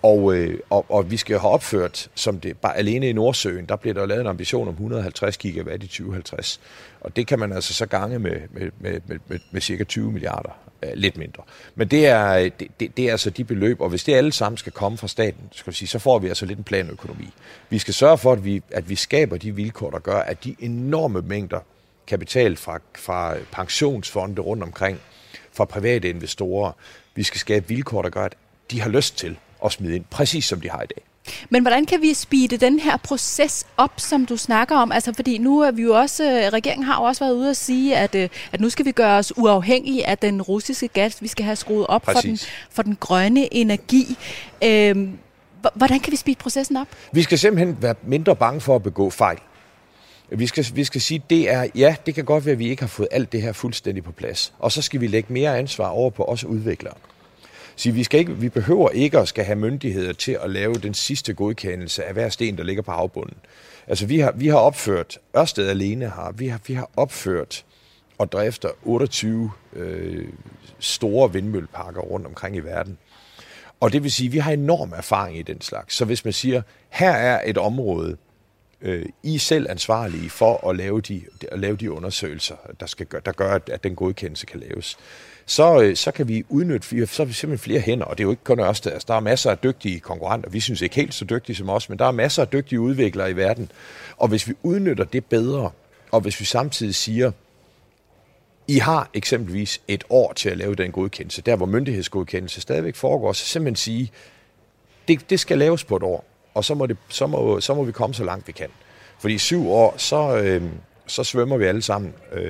Og vi skal have opført, som det bare alene i Nordsøen, der bliver der lavet en ambition om 150 gigawatt i 2050. Og det kan man altså så gange med cirka 20 milliarder, lidt mindre. Men det er altså de beløb, og hvis det alle sammen skal komme fra staten, skal vi sige, så får vi altså lidt en planøkonomi. Vi skal sørge for, at vi skaber de vilkår, der gør, at de enorme mængder kapital fra pensionsfonde rundt omkring, fra private investorer, vi skal skabe vilkår, der gør, at de har lyst til at smide ind, præcis som de har i dag. Men hvordan kan vi speede den her proces op, som du snakker om? Altså, fordi nu er vi jo også, regeringen har jo også været ude at sige, at nu skal vi gøre os uafhængige af den russiske gas. Vi skal have skruet op for den grønne energi. Hvordan kan vi speede processen op? Vi skal simpelthen være mindre bange for at begå fejl. Vi skal sige, det kan godt være, at vi ikke har fået alt det her fuldstændig på plads. Og så skal vi lægge mere ansvar over på os udviklere. Så vi behøver ikke at skal have myndigheder til at lave den sidste godkendelse af hver sten, der ligger på havbunden. Altså vi har opført, Ørsted alene vi har opført og drifter 28 store vindmølleparker rundt omkring i verden. Og det vil sige, at vi har enorm erfaring i den slags. Så hvis man siger, her er et område, I er selv ansvarlige for at lave de undersøgelser, der gør, at den godkendelse kan laves, så kan vi udnytte, så er vi simpelthen flere hænder, og det er jo ikke kun Ørsted. Altså, der er masser af dygtige konkurrenter, vi synes ikke helt så dygtige som os, men der er masser af dygtige udviklere i verden, og hvis vi udnytter det bedre, og hvis vi samtidig siger, I har eksempelvis et år til at lave den godkendelse, der hvor myndighedsgodkendelse stadigvæk foregår, så simpelthen sige, det skal laves på et år, og så må vi komme så langt vi kan. Fordi i 7 år, så svømmer vi alle sammen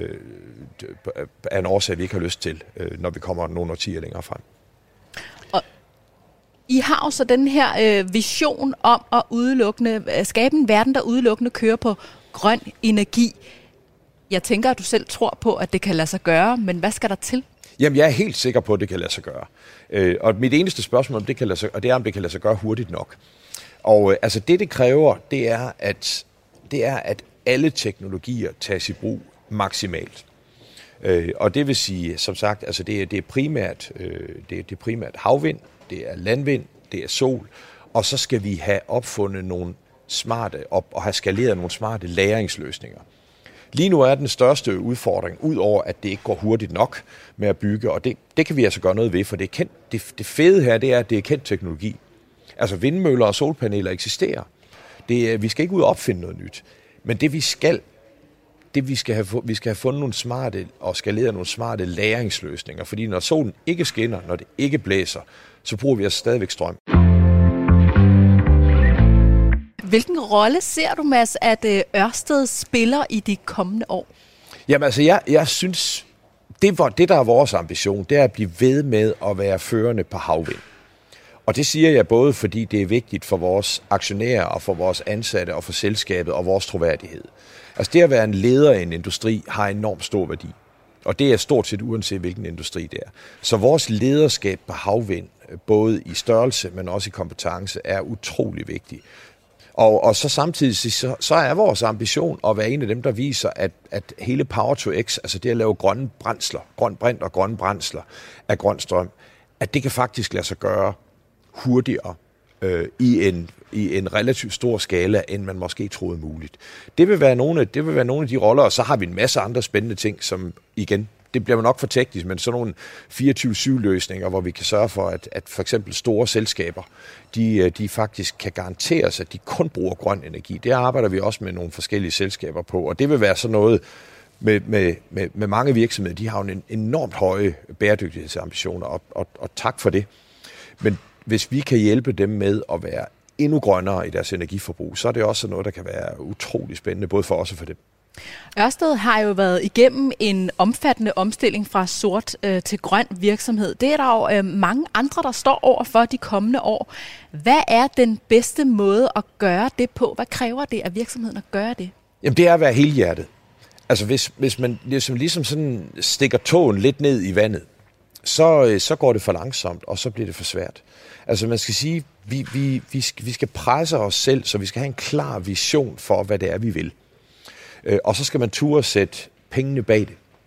af en årsag, vi ikke har lyst til, når vi kommer nogle årtier længere frem. Og I har jo så den her vision om at skabe en verden, der udelukkende kører på grøn energi. Jeg tænker, at du selv tror på, at det kan lade sig gøre, men hvad skal der til? Jamen, jeg er helt sikker på, at det kan lade sig gøre. Og mit eneste spørgsmål, om det kan lade sig gøre hurtigt nok. Og altså det kræver, det er, at alle teknologier tages i brug maksimalt. Og det vil sige, som sagt, altså det er primært havvind, det er landvind, det er sol, og så skal vi have opfundet nogle smarte og have skaleret nogle smarte lagringsløsninger. Lige nu er den største udfordring, udover at det ikke går hurtigt nok med at bygge, og det kan vi altså gøre noget ved, for det er kendt. Det fede her, det er, at det er kendt teknologi. Altså vindmøller og solpaneler eksisterer. Vi skal ikke ud og opfinde noget nyt. Men vi skal have fundet nogle smarte og skaleret nogle smarte lagringsløsninger, fordi når solen ikke skinner, når det ikke blæser, så bruger vi altså stadigvæk strøm. Hvilken rolle ser du, Mads, at Ørsted spiller i de kommende år? Jamen altså, jeg synes, det der er vores ambition, det er at blive ved med at være førende på havvind. Og det siger jeg både, fordi det er vigtigt for vores aktionærer og for vores ansatte og for selskabet og vores troværdighed. Altså det at være en leder i en industri har enormt stor værdi. Og det er stort set uanset hvilken industri det er. Så vores lederskab på havvind, både i størrelse, men også i kompetence, er utrolig vigtigt. Og så samtidig så er vores ambition at være en af dem, der viser, at hele Power to X, altså det at lave grønne brændsler, grøn brint og grønne brændsler af grøn strøm, at det kan faktisk lade sig gøre hurtigere i en relativt stor skala, end man måske troede muligt. Det vil være nogle af de roller, og så har vi en masse andre spændende ting, som igen, det bliver nok for teknisk, men sådan nogle 24/7-løsninger, hvor vi kan sørge for, at for eksempel store selskaber, de faktisk kan garantere sig, at de kun bruger grøn energi. Det arbejder vi også med nogle forskellige selskaber på, og det vil være sådan noget med mange virksomheder. De har jo en enormt høje bæredygtighedsambitioner, og tak for det. Men hvis vi kan hjælpe dem med at være endnu grønnere i deres energiforbrug, så er det også noget, der kan være utrolig spændende, både for os og for dem. Ørsted har jo været igennem en omfattende omstilling fra sort til grøn virksomhed. Det er der jo mange andre, der står over for de kommende år. Hvad er den bedste måde at gøre det på? Hvad kræver det af virksomheden at gøre det? Jamen det er at være helhjertet. Altså hvis man ligesom sådan stikker tåen lidt ned i vandet, så går det for langsomt, og så bliver det for svært. Altså man skal sige, vi skal presse os selv, så vi skal have en klar vision for, hvad det er, vi vil. Og så skal man turde sætte pengene bag det.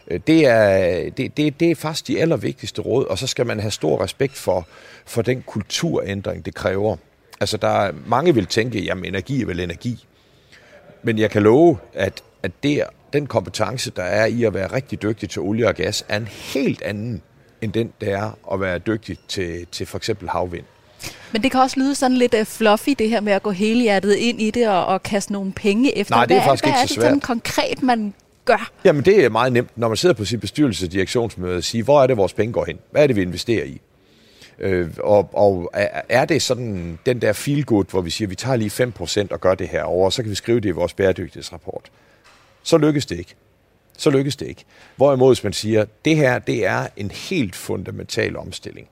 Det er faktisk de allervigtigste råd, og så skal man have stor respekt for den kulturændring, det kræver. Altså, mange vil tænke, jamen energi er vel energi. Men jeg kan love, at den kompetence, der er i at være rigtig dygtig til olie og gas, er en helt anden, end den, der er at være dygtig til for eksempel havvind. Men det kan også lyde sådan lidt fluffy, det her med at gå helhjertet ind i det og kaste nogle penge efter. Nej, det er faktisk ikke så svært. Hvad er det sådan konkret, man gør? Jamen, det er meget nemt, når man sidder på sin bestyrelse- og direktionsmøde og siger, hvor er det, vores penge går hen? Hvad er det, vi investerer i? Og er det sådan den der feel good, hvor vi siger, vi tager lige 5% og gør det her over, så kan vi skrive det i vores bæredygtighedsrapport. Så lykkes det ikke. Hvorimod, hvis man siger, det her, det er en helt fundamental omstilling.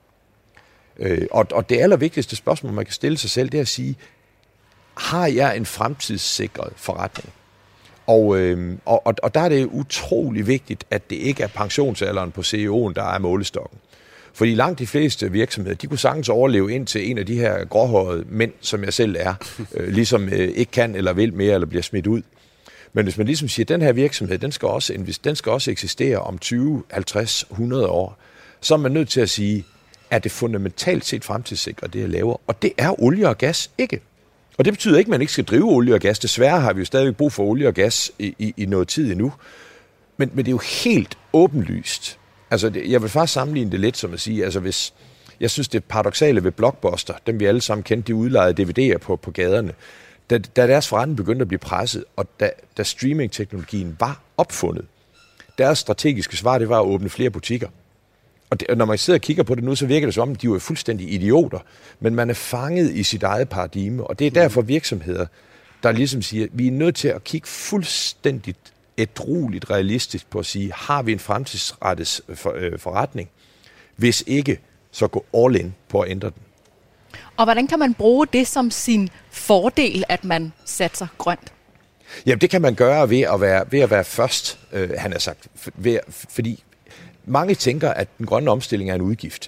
Og det allervigtigste spørgsmål, man kan stille sig selv, det er at sige, har jeg en fremtidssikret forretning? Og der er det utrolig vigtigt, at det ikke er pensionsalderen på CEO'en, der er målestokken. Fordi langt de fleste virksomheder, de kunne sagtens overleve ind til en af de her gråhårede mænd, som jeg selv er, ligesom ikke kan eller vil mere, eller bliver smidt ud. Men hvis man ligesom siger, at den her virksomhed, den skal også eksistere om 20, 50, 100 år, så er man nødt til at sige, at det fundamentalt set fremtidssikret, det jeg laver. Og det er olie og gas ikke. Og det betyder ikke, at man ikke skal drive olie og gas. Desværre har vi jo stadig brug for olie og gas i noget tid endnu. Men det er jo helt åbenlyst. Altså, jeg vil faktisk sammenligne det lidt som at sige, altså hvis, jeg synes det paradoksale ved Blockbuster, dem vi alle sammen kendte, de udlejede DVD'er på gaderne, da deres forretning begyndte at blive presset, og da streamingteknologien var opfundet, deres strategiske svar, det var at åbne flere butikker. Og når man sidder og kigger på det nu, så virker det som om, de er fuldstændig idioter, men man er fanget i sit eget paradigme, og det er derfor virksomheder, der ligesom siger, vi er nødt til at kigge fuldstændigt ædrueligt realistisk på at sige, har vi en fremtidsrettet forretning? Hvis ikke, så gå all in på at ændre den. Og hvordan kan man bruge det som sin fordel, at man satser grønt? Jamen, det kan man gøre ved at være først, han har sagt. Fordi mange tænker, at den grønne omstilling er en udgift.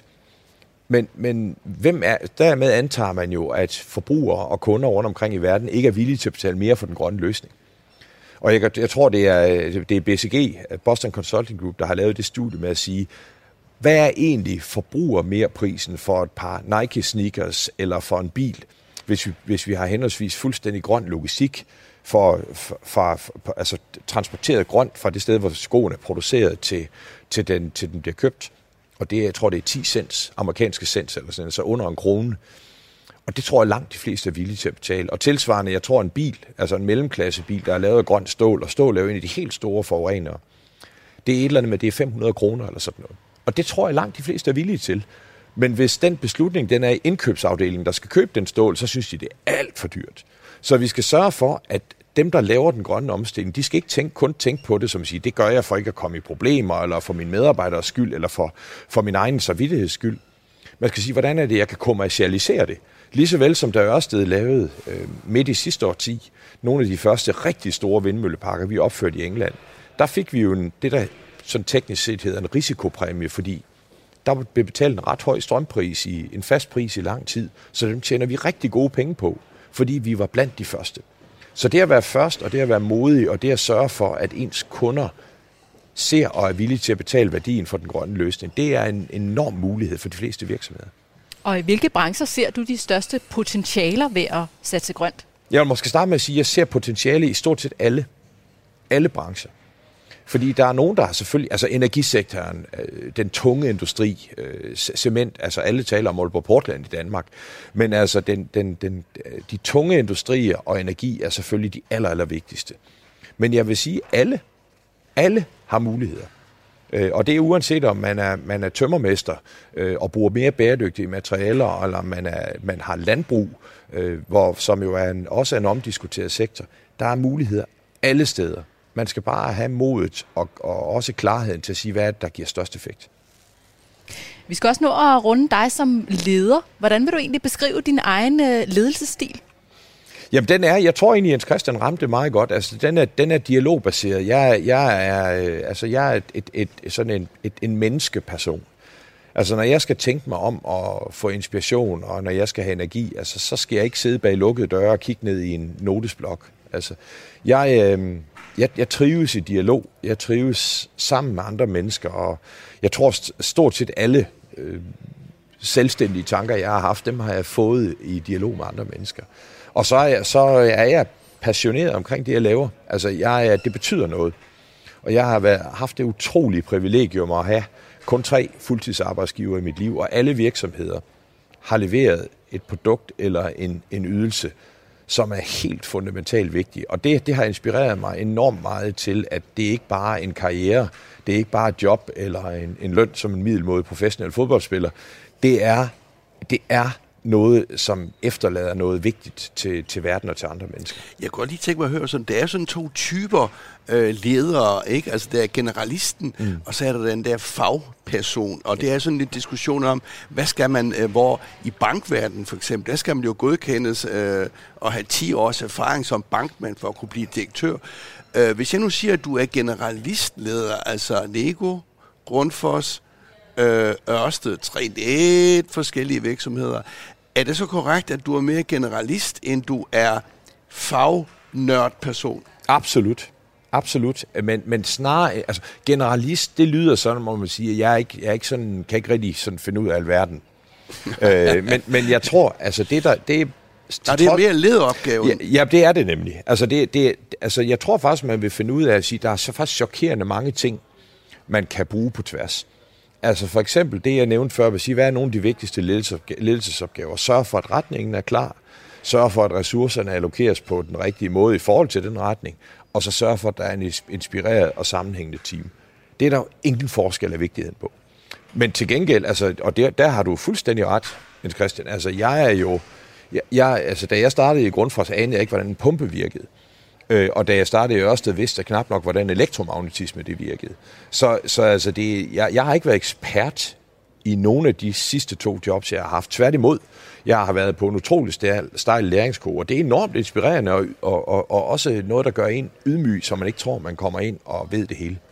Men dermed antager man jo, at forbrugere og kunder rundt omkring i verden ikke er villige til at betale mere for den grønne løsning. Og jeg tror, det er BCG, Boston Consulting Group, der har lavet det studie med at sige, hvad er egentlig forbrugermerprisen for et par Nike sneakers eller for en bil, hvis vi har henholdsvis fuldstændig grøn logistik altså transporteret grønt fra det sted, hvor skoen er produceret til den bliver købt. Og jeg tror, det er 10 cents, amerikanske cents, eller sådan, altså under 1 krone. Og det tror jeg langt de fleste er villige til at betale. Og tilsvarende, jeg tror en bil, altså en mellemklassebil, der er lavet af grønt stål, og stål er jo en af de helt store forurenere. Det er et eller andet med, det er 500 kroner eller sådan noget. Og det tror jeg langt de fleste er villige til. Men hvis den beslutning, den er i indkøbsafdelingen, der skal købe den stål, så synes de, det er alt for dyrt. Så vi skal sørge for, at dem, der laver den grønne omstilling, de skal ikke kun tænke på det, som at sige, det gør jeg for ikke at komme i problemer, eller for mine medarbejderes skyld, eller for min egen samvittigheds skyld. Man skal sige, hvordan er det, jeg kan kommercialisere det? Ligeså vel som der Ørsted lavede midt i sidste årti, nogle af de første rigtig store vindmølleparker, vi opførte i England, der fik vi jo det, der sådan teknisk set hedder en risikopræmie, fordi der blev betalt en ret høj strømpris, en fast pris i lang tid, så dem tjener vi rigtig gode penge på, fordi vi var blandt de første. Så det at være først, og det at være modig, og det at sørge for, at ens kunder ser og er villige til at betale værdien for den grønne løsning, det er en enorm mulighed for de fleste virksomheder. Og i hvilke brancher ser du de største potentialer ved at satse grønt? Jeg vil måske starte med at sige, at jeg ser potentiale i stort set alle brancher. Fordi der er nogen, der har selvfølgelig, altså energisektoren, den tunge industri, cement, altså alle taler om Aalborg Portland i Danmark, men altså de tunge industrier og energi er selvfølgelig de allervigtigste. Men jeg vil sige, alle har muligheder. Og det er uanset om man er tømmermester og bruger mere bæredygtige materialer, eller man har landbrug, som jo også er en omdiskuteret sektor. Der er muligheder alle steder. Man skal bare have modet og også klarheden til at sige, hvad der giver størst effekt. Vi skal også nå at runde dig som leder. Hvordan vil du egentlig beskrive din egen ledelsesstil? Jamen, jeg tror egentlig, Jens Christian ramte det meget godt. Altså, den er dialogbaseret. Jeg er sådan en menneskeperson. Altså, når jeg skal tænke mig om at få inspiration, og når jeg skal have energi, altså, så skal jeg ikke sidde bag lukkede døre og kigge ned i en notesblok. Altså, jeg trives i dialog. Jeg trives sammen med andre mennesker, og jeg tror stort set alle selvstændige tanker, jeg har haft, dem har jeg fået i dialog med andre mennesker. Og så er jeg passioneret omkring det, jeg laver. Altså, det betyder noget. Og jeg har haft det utrolige privilegium at have kun 3 fuldtidsarbejdsgivere i mit liv, og alle virksomheder har leveret et produkt eller en ydelse, som er helt fundamentalt vigtig. Og det har inspireret mig enormt meget til, at det ikke bare er en karriere, det er ikke bare et job eller en løn som en middelmådig professionel fodboldspiller. Det er noget, som efterlader noget vigtigt til verden og til andre mennesker. Jeg kunne godt lige tænke mig at høre sådan, det er sådan 2 typer ledere, ikke? Altså der er generalisten, og så er der den der fagperson, og det er sådan lidt diskussion om, hvad skal man, hvor i bankverdenen for eksempel, der skal man jo godkendes og have 10 års erfaring som bankmand for at kunne blive direktør. Hvis jeg nu siger, at du er generalistleder, altså Lego, Grundfos, Ørsted, 3D, forskellige virksomheder. Er det så korrekt, at du er mere generalist, end du er fagnørdperson? Absolut. Men snarere, altså generalist, det lyder sådan, må man sige, at jeg er ikke sådan, kan ikke rigtig sådan finde ud af alverden. men jeg tror, altså det er mere lederopgaven. Ja, det er det nemlig. Altså jeg tror faktisk, man vil finde ud af at sige, der er så faktisk chokerende mange ting, man kan bruge på tværs. Altså for eksempel det, jeg nævnte før, vil sige, hvad er nogle af de vigtigste ledelsesopgaver? Sørg for, at retningen er klar. Sørg for, at ressourcerne allokeres på den rigtige måde i forhold til den retning. Og så sørg for, at der er en inspireret og sammenhængende team. Det er der jo ingen forskel af vigtigheden på. Men til gengæld, altså, og der har du fuldstændig ret, Jens Christian. Altså da jeg startede i Grundfos, anede jeg ikke, hvordan en pumpe virkede. Og da jeg startede i Ørsted, vidste jeg knap nok, hvordan elektromagnetisme det virkede. Så altså jeg har ikke været ekspert i nogle af de sidste 2 jobs, jeg har haft. Tværtimod, jeg har været på en utrolig stejl læringskurve, og det er enormt inspirerende, og også noget, der gør en ydmyg, så man ikke tror, man kommer ind og ved det hele.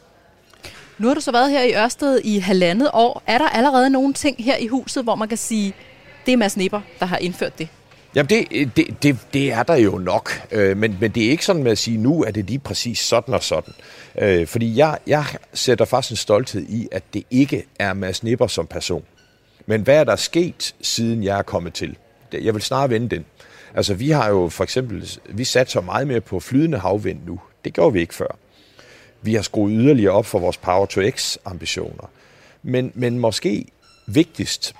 Nu har du så været her i Ørsted i 1,5 år. Er der allerede nogle ting her i huset, hvor man kan sige, det er Mads Nipper, der har indført det? Jamen det er der jo nok, men det er ikke sådan med at sige, nu er det lige præcis sådan og sådan. Fordi jeg sætter faktisk en stolthed i, at det ikke er Mads Nipper som person. Men hvad er der sket, siden jeg er kommet til? Jeg vil snarere vende den. Altså vi har jo for eksempel, vi satser meget mere på flydende havvind nu. Det gjorde vi ikke før. Vi har skruet yderligere op for vores Power to X ambitioner. Men måske vigtigst,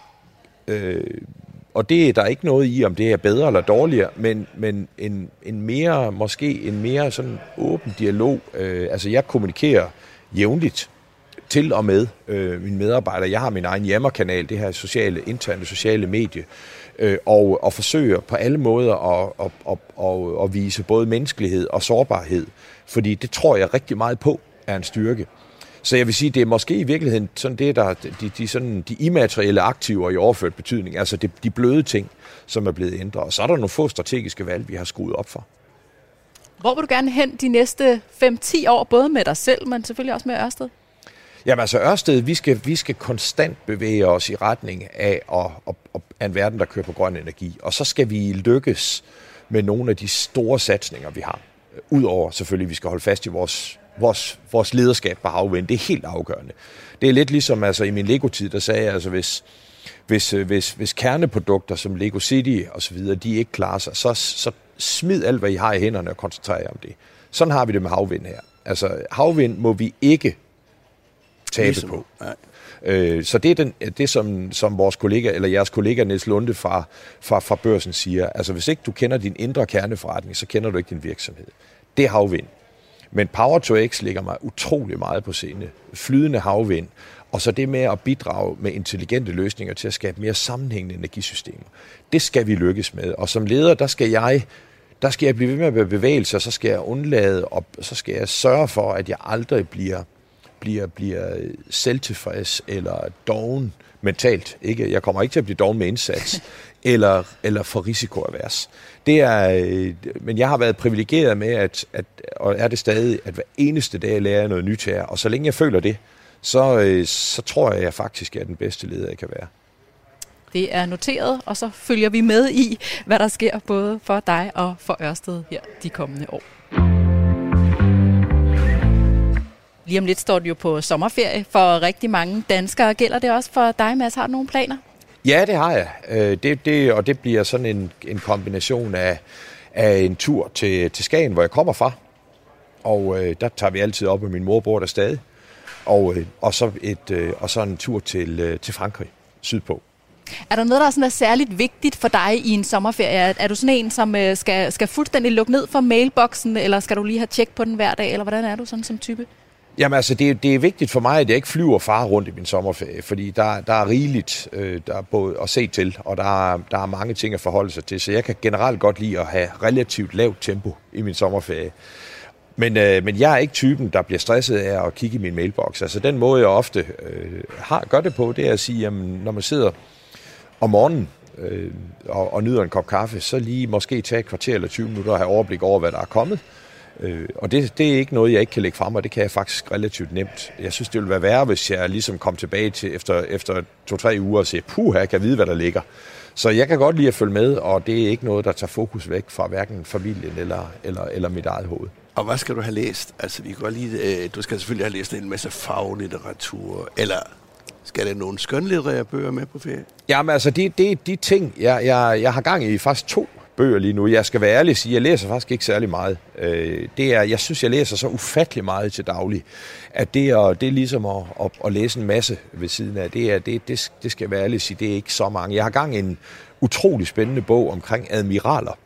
og det er der ikke noget i, om det er bedre eller dårligere, men en mere sådan åben dialog. Altså jeg kommunikerer jævnligt til og med mine medarbejdere. Jeg har min egen jammerkanal, det her interne sociale medie, og forsøger på alle måder at vise både menneskelighed og sårbarhed, fordi det tror jeg rigtig meget på er en styrke. Så jeg vil sige, det er måske i virkeligheden sådan det, der de immaterielle aktiver i overført betydning, altså de bløde ting, som er blevet ændret. Og så er der nogle få strategiske valg, vi har skruet op for. Hvor vil du gerne hen de næste 5-10 år, både med dig selv, men selvfølgelig også med Ørsted? Jamen altså Ørsted, vi skal konstant bevæge os i retning af en verden, der kører på grøn energi. Og så skal vi lykkes med nogle af de store satsninger, vi har. Udover selvfølgelig, vi skal holde fast i vores lederskab på havvind. Det er helt afgørende. Det er lidt ligesom altså, i min Lego-tid, der sagde jeg, altså, hvis kerneprodukter som Lego City og så videre, de ikke klarer sig, så smid alt, hvad I har i hænderne og koncentrer jer om det. Sådan har vi det med havvind her. Altså havvind må vi ikke tabe på. Så det er det som vores kollega, eller jeres kollega Niels Lunde fra Børsen siger. Altså hvis ikke du kender din indre kerneforretning, så kender du ikke din virksomhed. Det er havvind. Men Power to X ligger mig utrolig meget på scene. Flydende havvind, og så det med at bidrage med intelligente løsninger til at skabe mere sammenhængende energisystemer. Det skal vi lykkes med. Og som leder, der skal jeg blive ved med at bevæge sig, så skal jeg undlade, og så skal jeg sørge for, at jeg aldrig bliver selvtilfreds eller doven mentalt. Ikke? Jeg kommer ikke til at blive doven med indsats eller for risikoavers. Men jeg har været privilegeret med, og er det stadig, at hver eneste dag lærer jeg noget nyt her. Og så længe jeg føler det, så tror jeg faktisk, at jeg er den bedste leder, jeg kan være. Det er noteret, og så følger vi med i, hvad der sker både for dig og for Ørsted her de kommende år. Lige om lidt står du jo på sommerferie for rigtig mange danskere. Gælder det også for dig, Mads? Har du nogle planer? Ja, det har jeg. Og det bliver sådan en kombination af en tur til Skagen, hvor jeg kommer fra. Og der tager vi altid op, og min mor bor der stadig. Og så en tur til Frankrig, sydpå. Er der noget, der er sådan særligt vigtigt for dig i en sommerferie? Er du sådan en, som skal fuldstændig lukke ned for mailboksen, eller skal du lige have tjek på den hver dag, eller hvordan er du sådan som type? Jamen altså, det er vigtigt for mig, at jeg ikke flyver far rundt i min sommerferie, fordi der er rigeligt der er både at se til, og der er mange ting at forholde sig til, så jeg kan generelt godt lide at have relativt lavt tempo i min sommerferie. Men jeg er ikke typen, der bliver stresset af at kigge i min mailbox. Altså den måde, jeg ofte gør det på, det er at sige, jamen, når man sidder om morgenen og nyder en kop kaffe, så lige måske tage et kvarter eller 20 minutter og have overblik over, hvad der er kommet. Og det er ikke noget, jeg ikke kan lægge frem, og det kan jeg faktisk relativt nemt. Jeg synes, det ville være værre, hvis jeg ligesom kom tilbage til efter 2-3 uger og siger, jeg kan vide, hvad der ligger. Så jeg kan godt lide at følge med, og det er ikke noget, der tager fokus væk fra hverken familien eller mit eget hoved. Og hvad skal du have læst? Altså, vi kan godt lide, du skal selvfølgelig have læst en masse faglitteratur, eller skal der nogle skønlitterære bøger med på ferie? Jamen altså, det er de ting, jeg har gang i faktisk 2 bøger lige nu. Jeg skal være ærlig og sige, jeg læser faktisk ikke særlig meget. Jeg synes, jeg læser så ufattelig meget til daglig, at det er ligesom at læse en masse ved siden af. Det skal jeg være ærlig og sige, det er ikke så mange. Jeg har gang i en utrolig spændende bog omkring admiraler.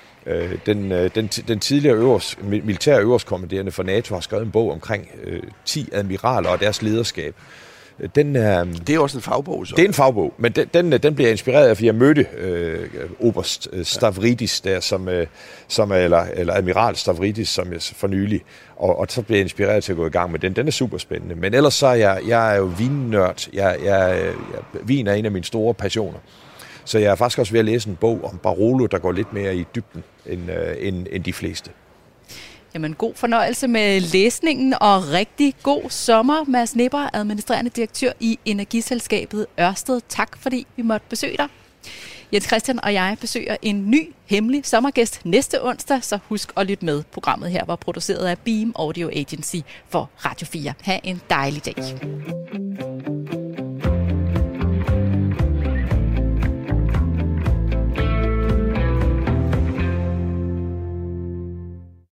Den tidligere militære øverstkommanderende for NATO har skrevet en bog omkring 10 admiraler og deres lederskab. Det er også en fagbog, så. Det er en fagbog, men den bliver inspireret af, fordi jeg mødte oberst Stavridis der, eller admiral Stavridis, som jeg for nylig, og så blev jeg inspireret til at gå i gang med den. Den er super spændende, men ellers så er jeg er jo vinnørd. Vin er en af mine store passioner. Så jeg er faktisk også ved at læse en bog om Barolo, der går lidt mere i dybden end de fleste. Jamen, god fornøjelse med læsningen, og rigtig god sommer, Mads Nipper, administrerende direktør i energiselskabet Ørsted. Tak, fordi vi måtte besøge dig. Jens Christian og jeg besøger en ny hemmelig sommergæst næste onsdag, så husk at lytte med. Programmet her var produceret af Beam Audio Agency for Radio 4. Ha' en dejlig dag.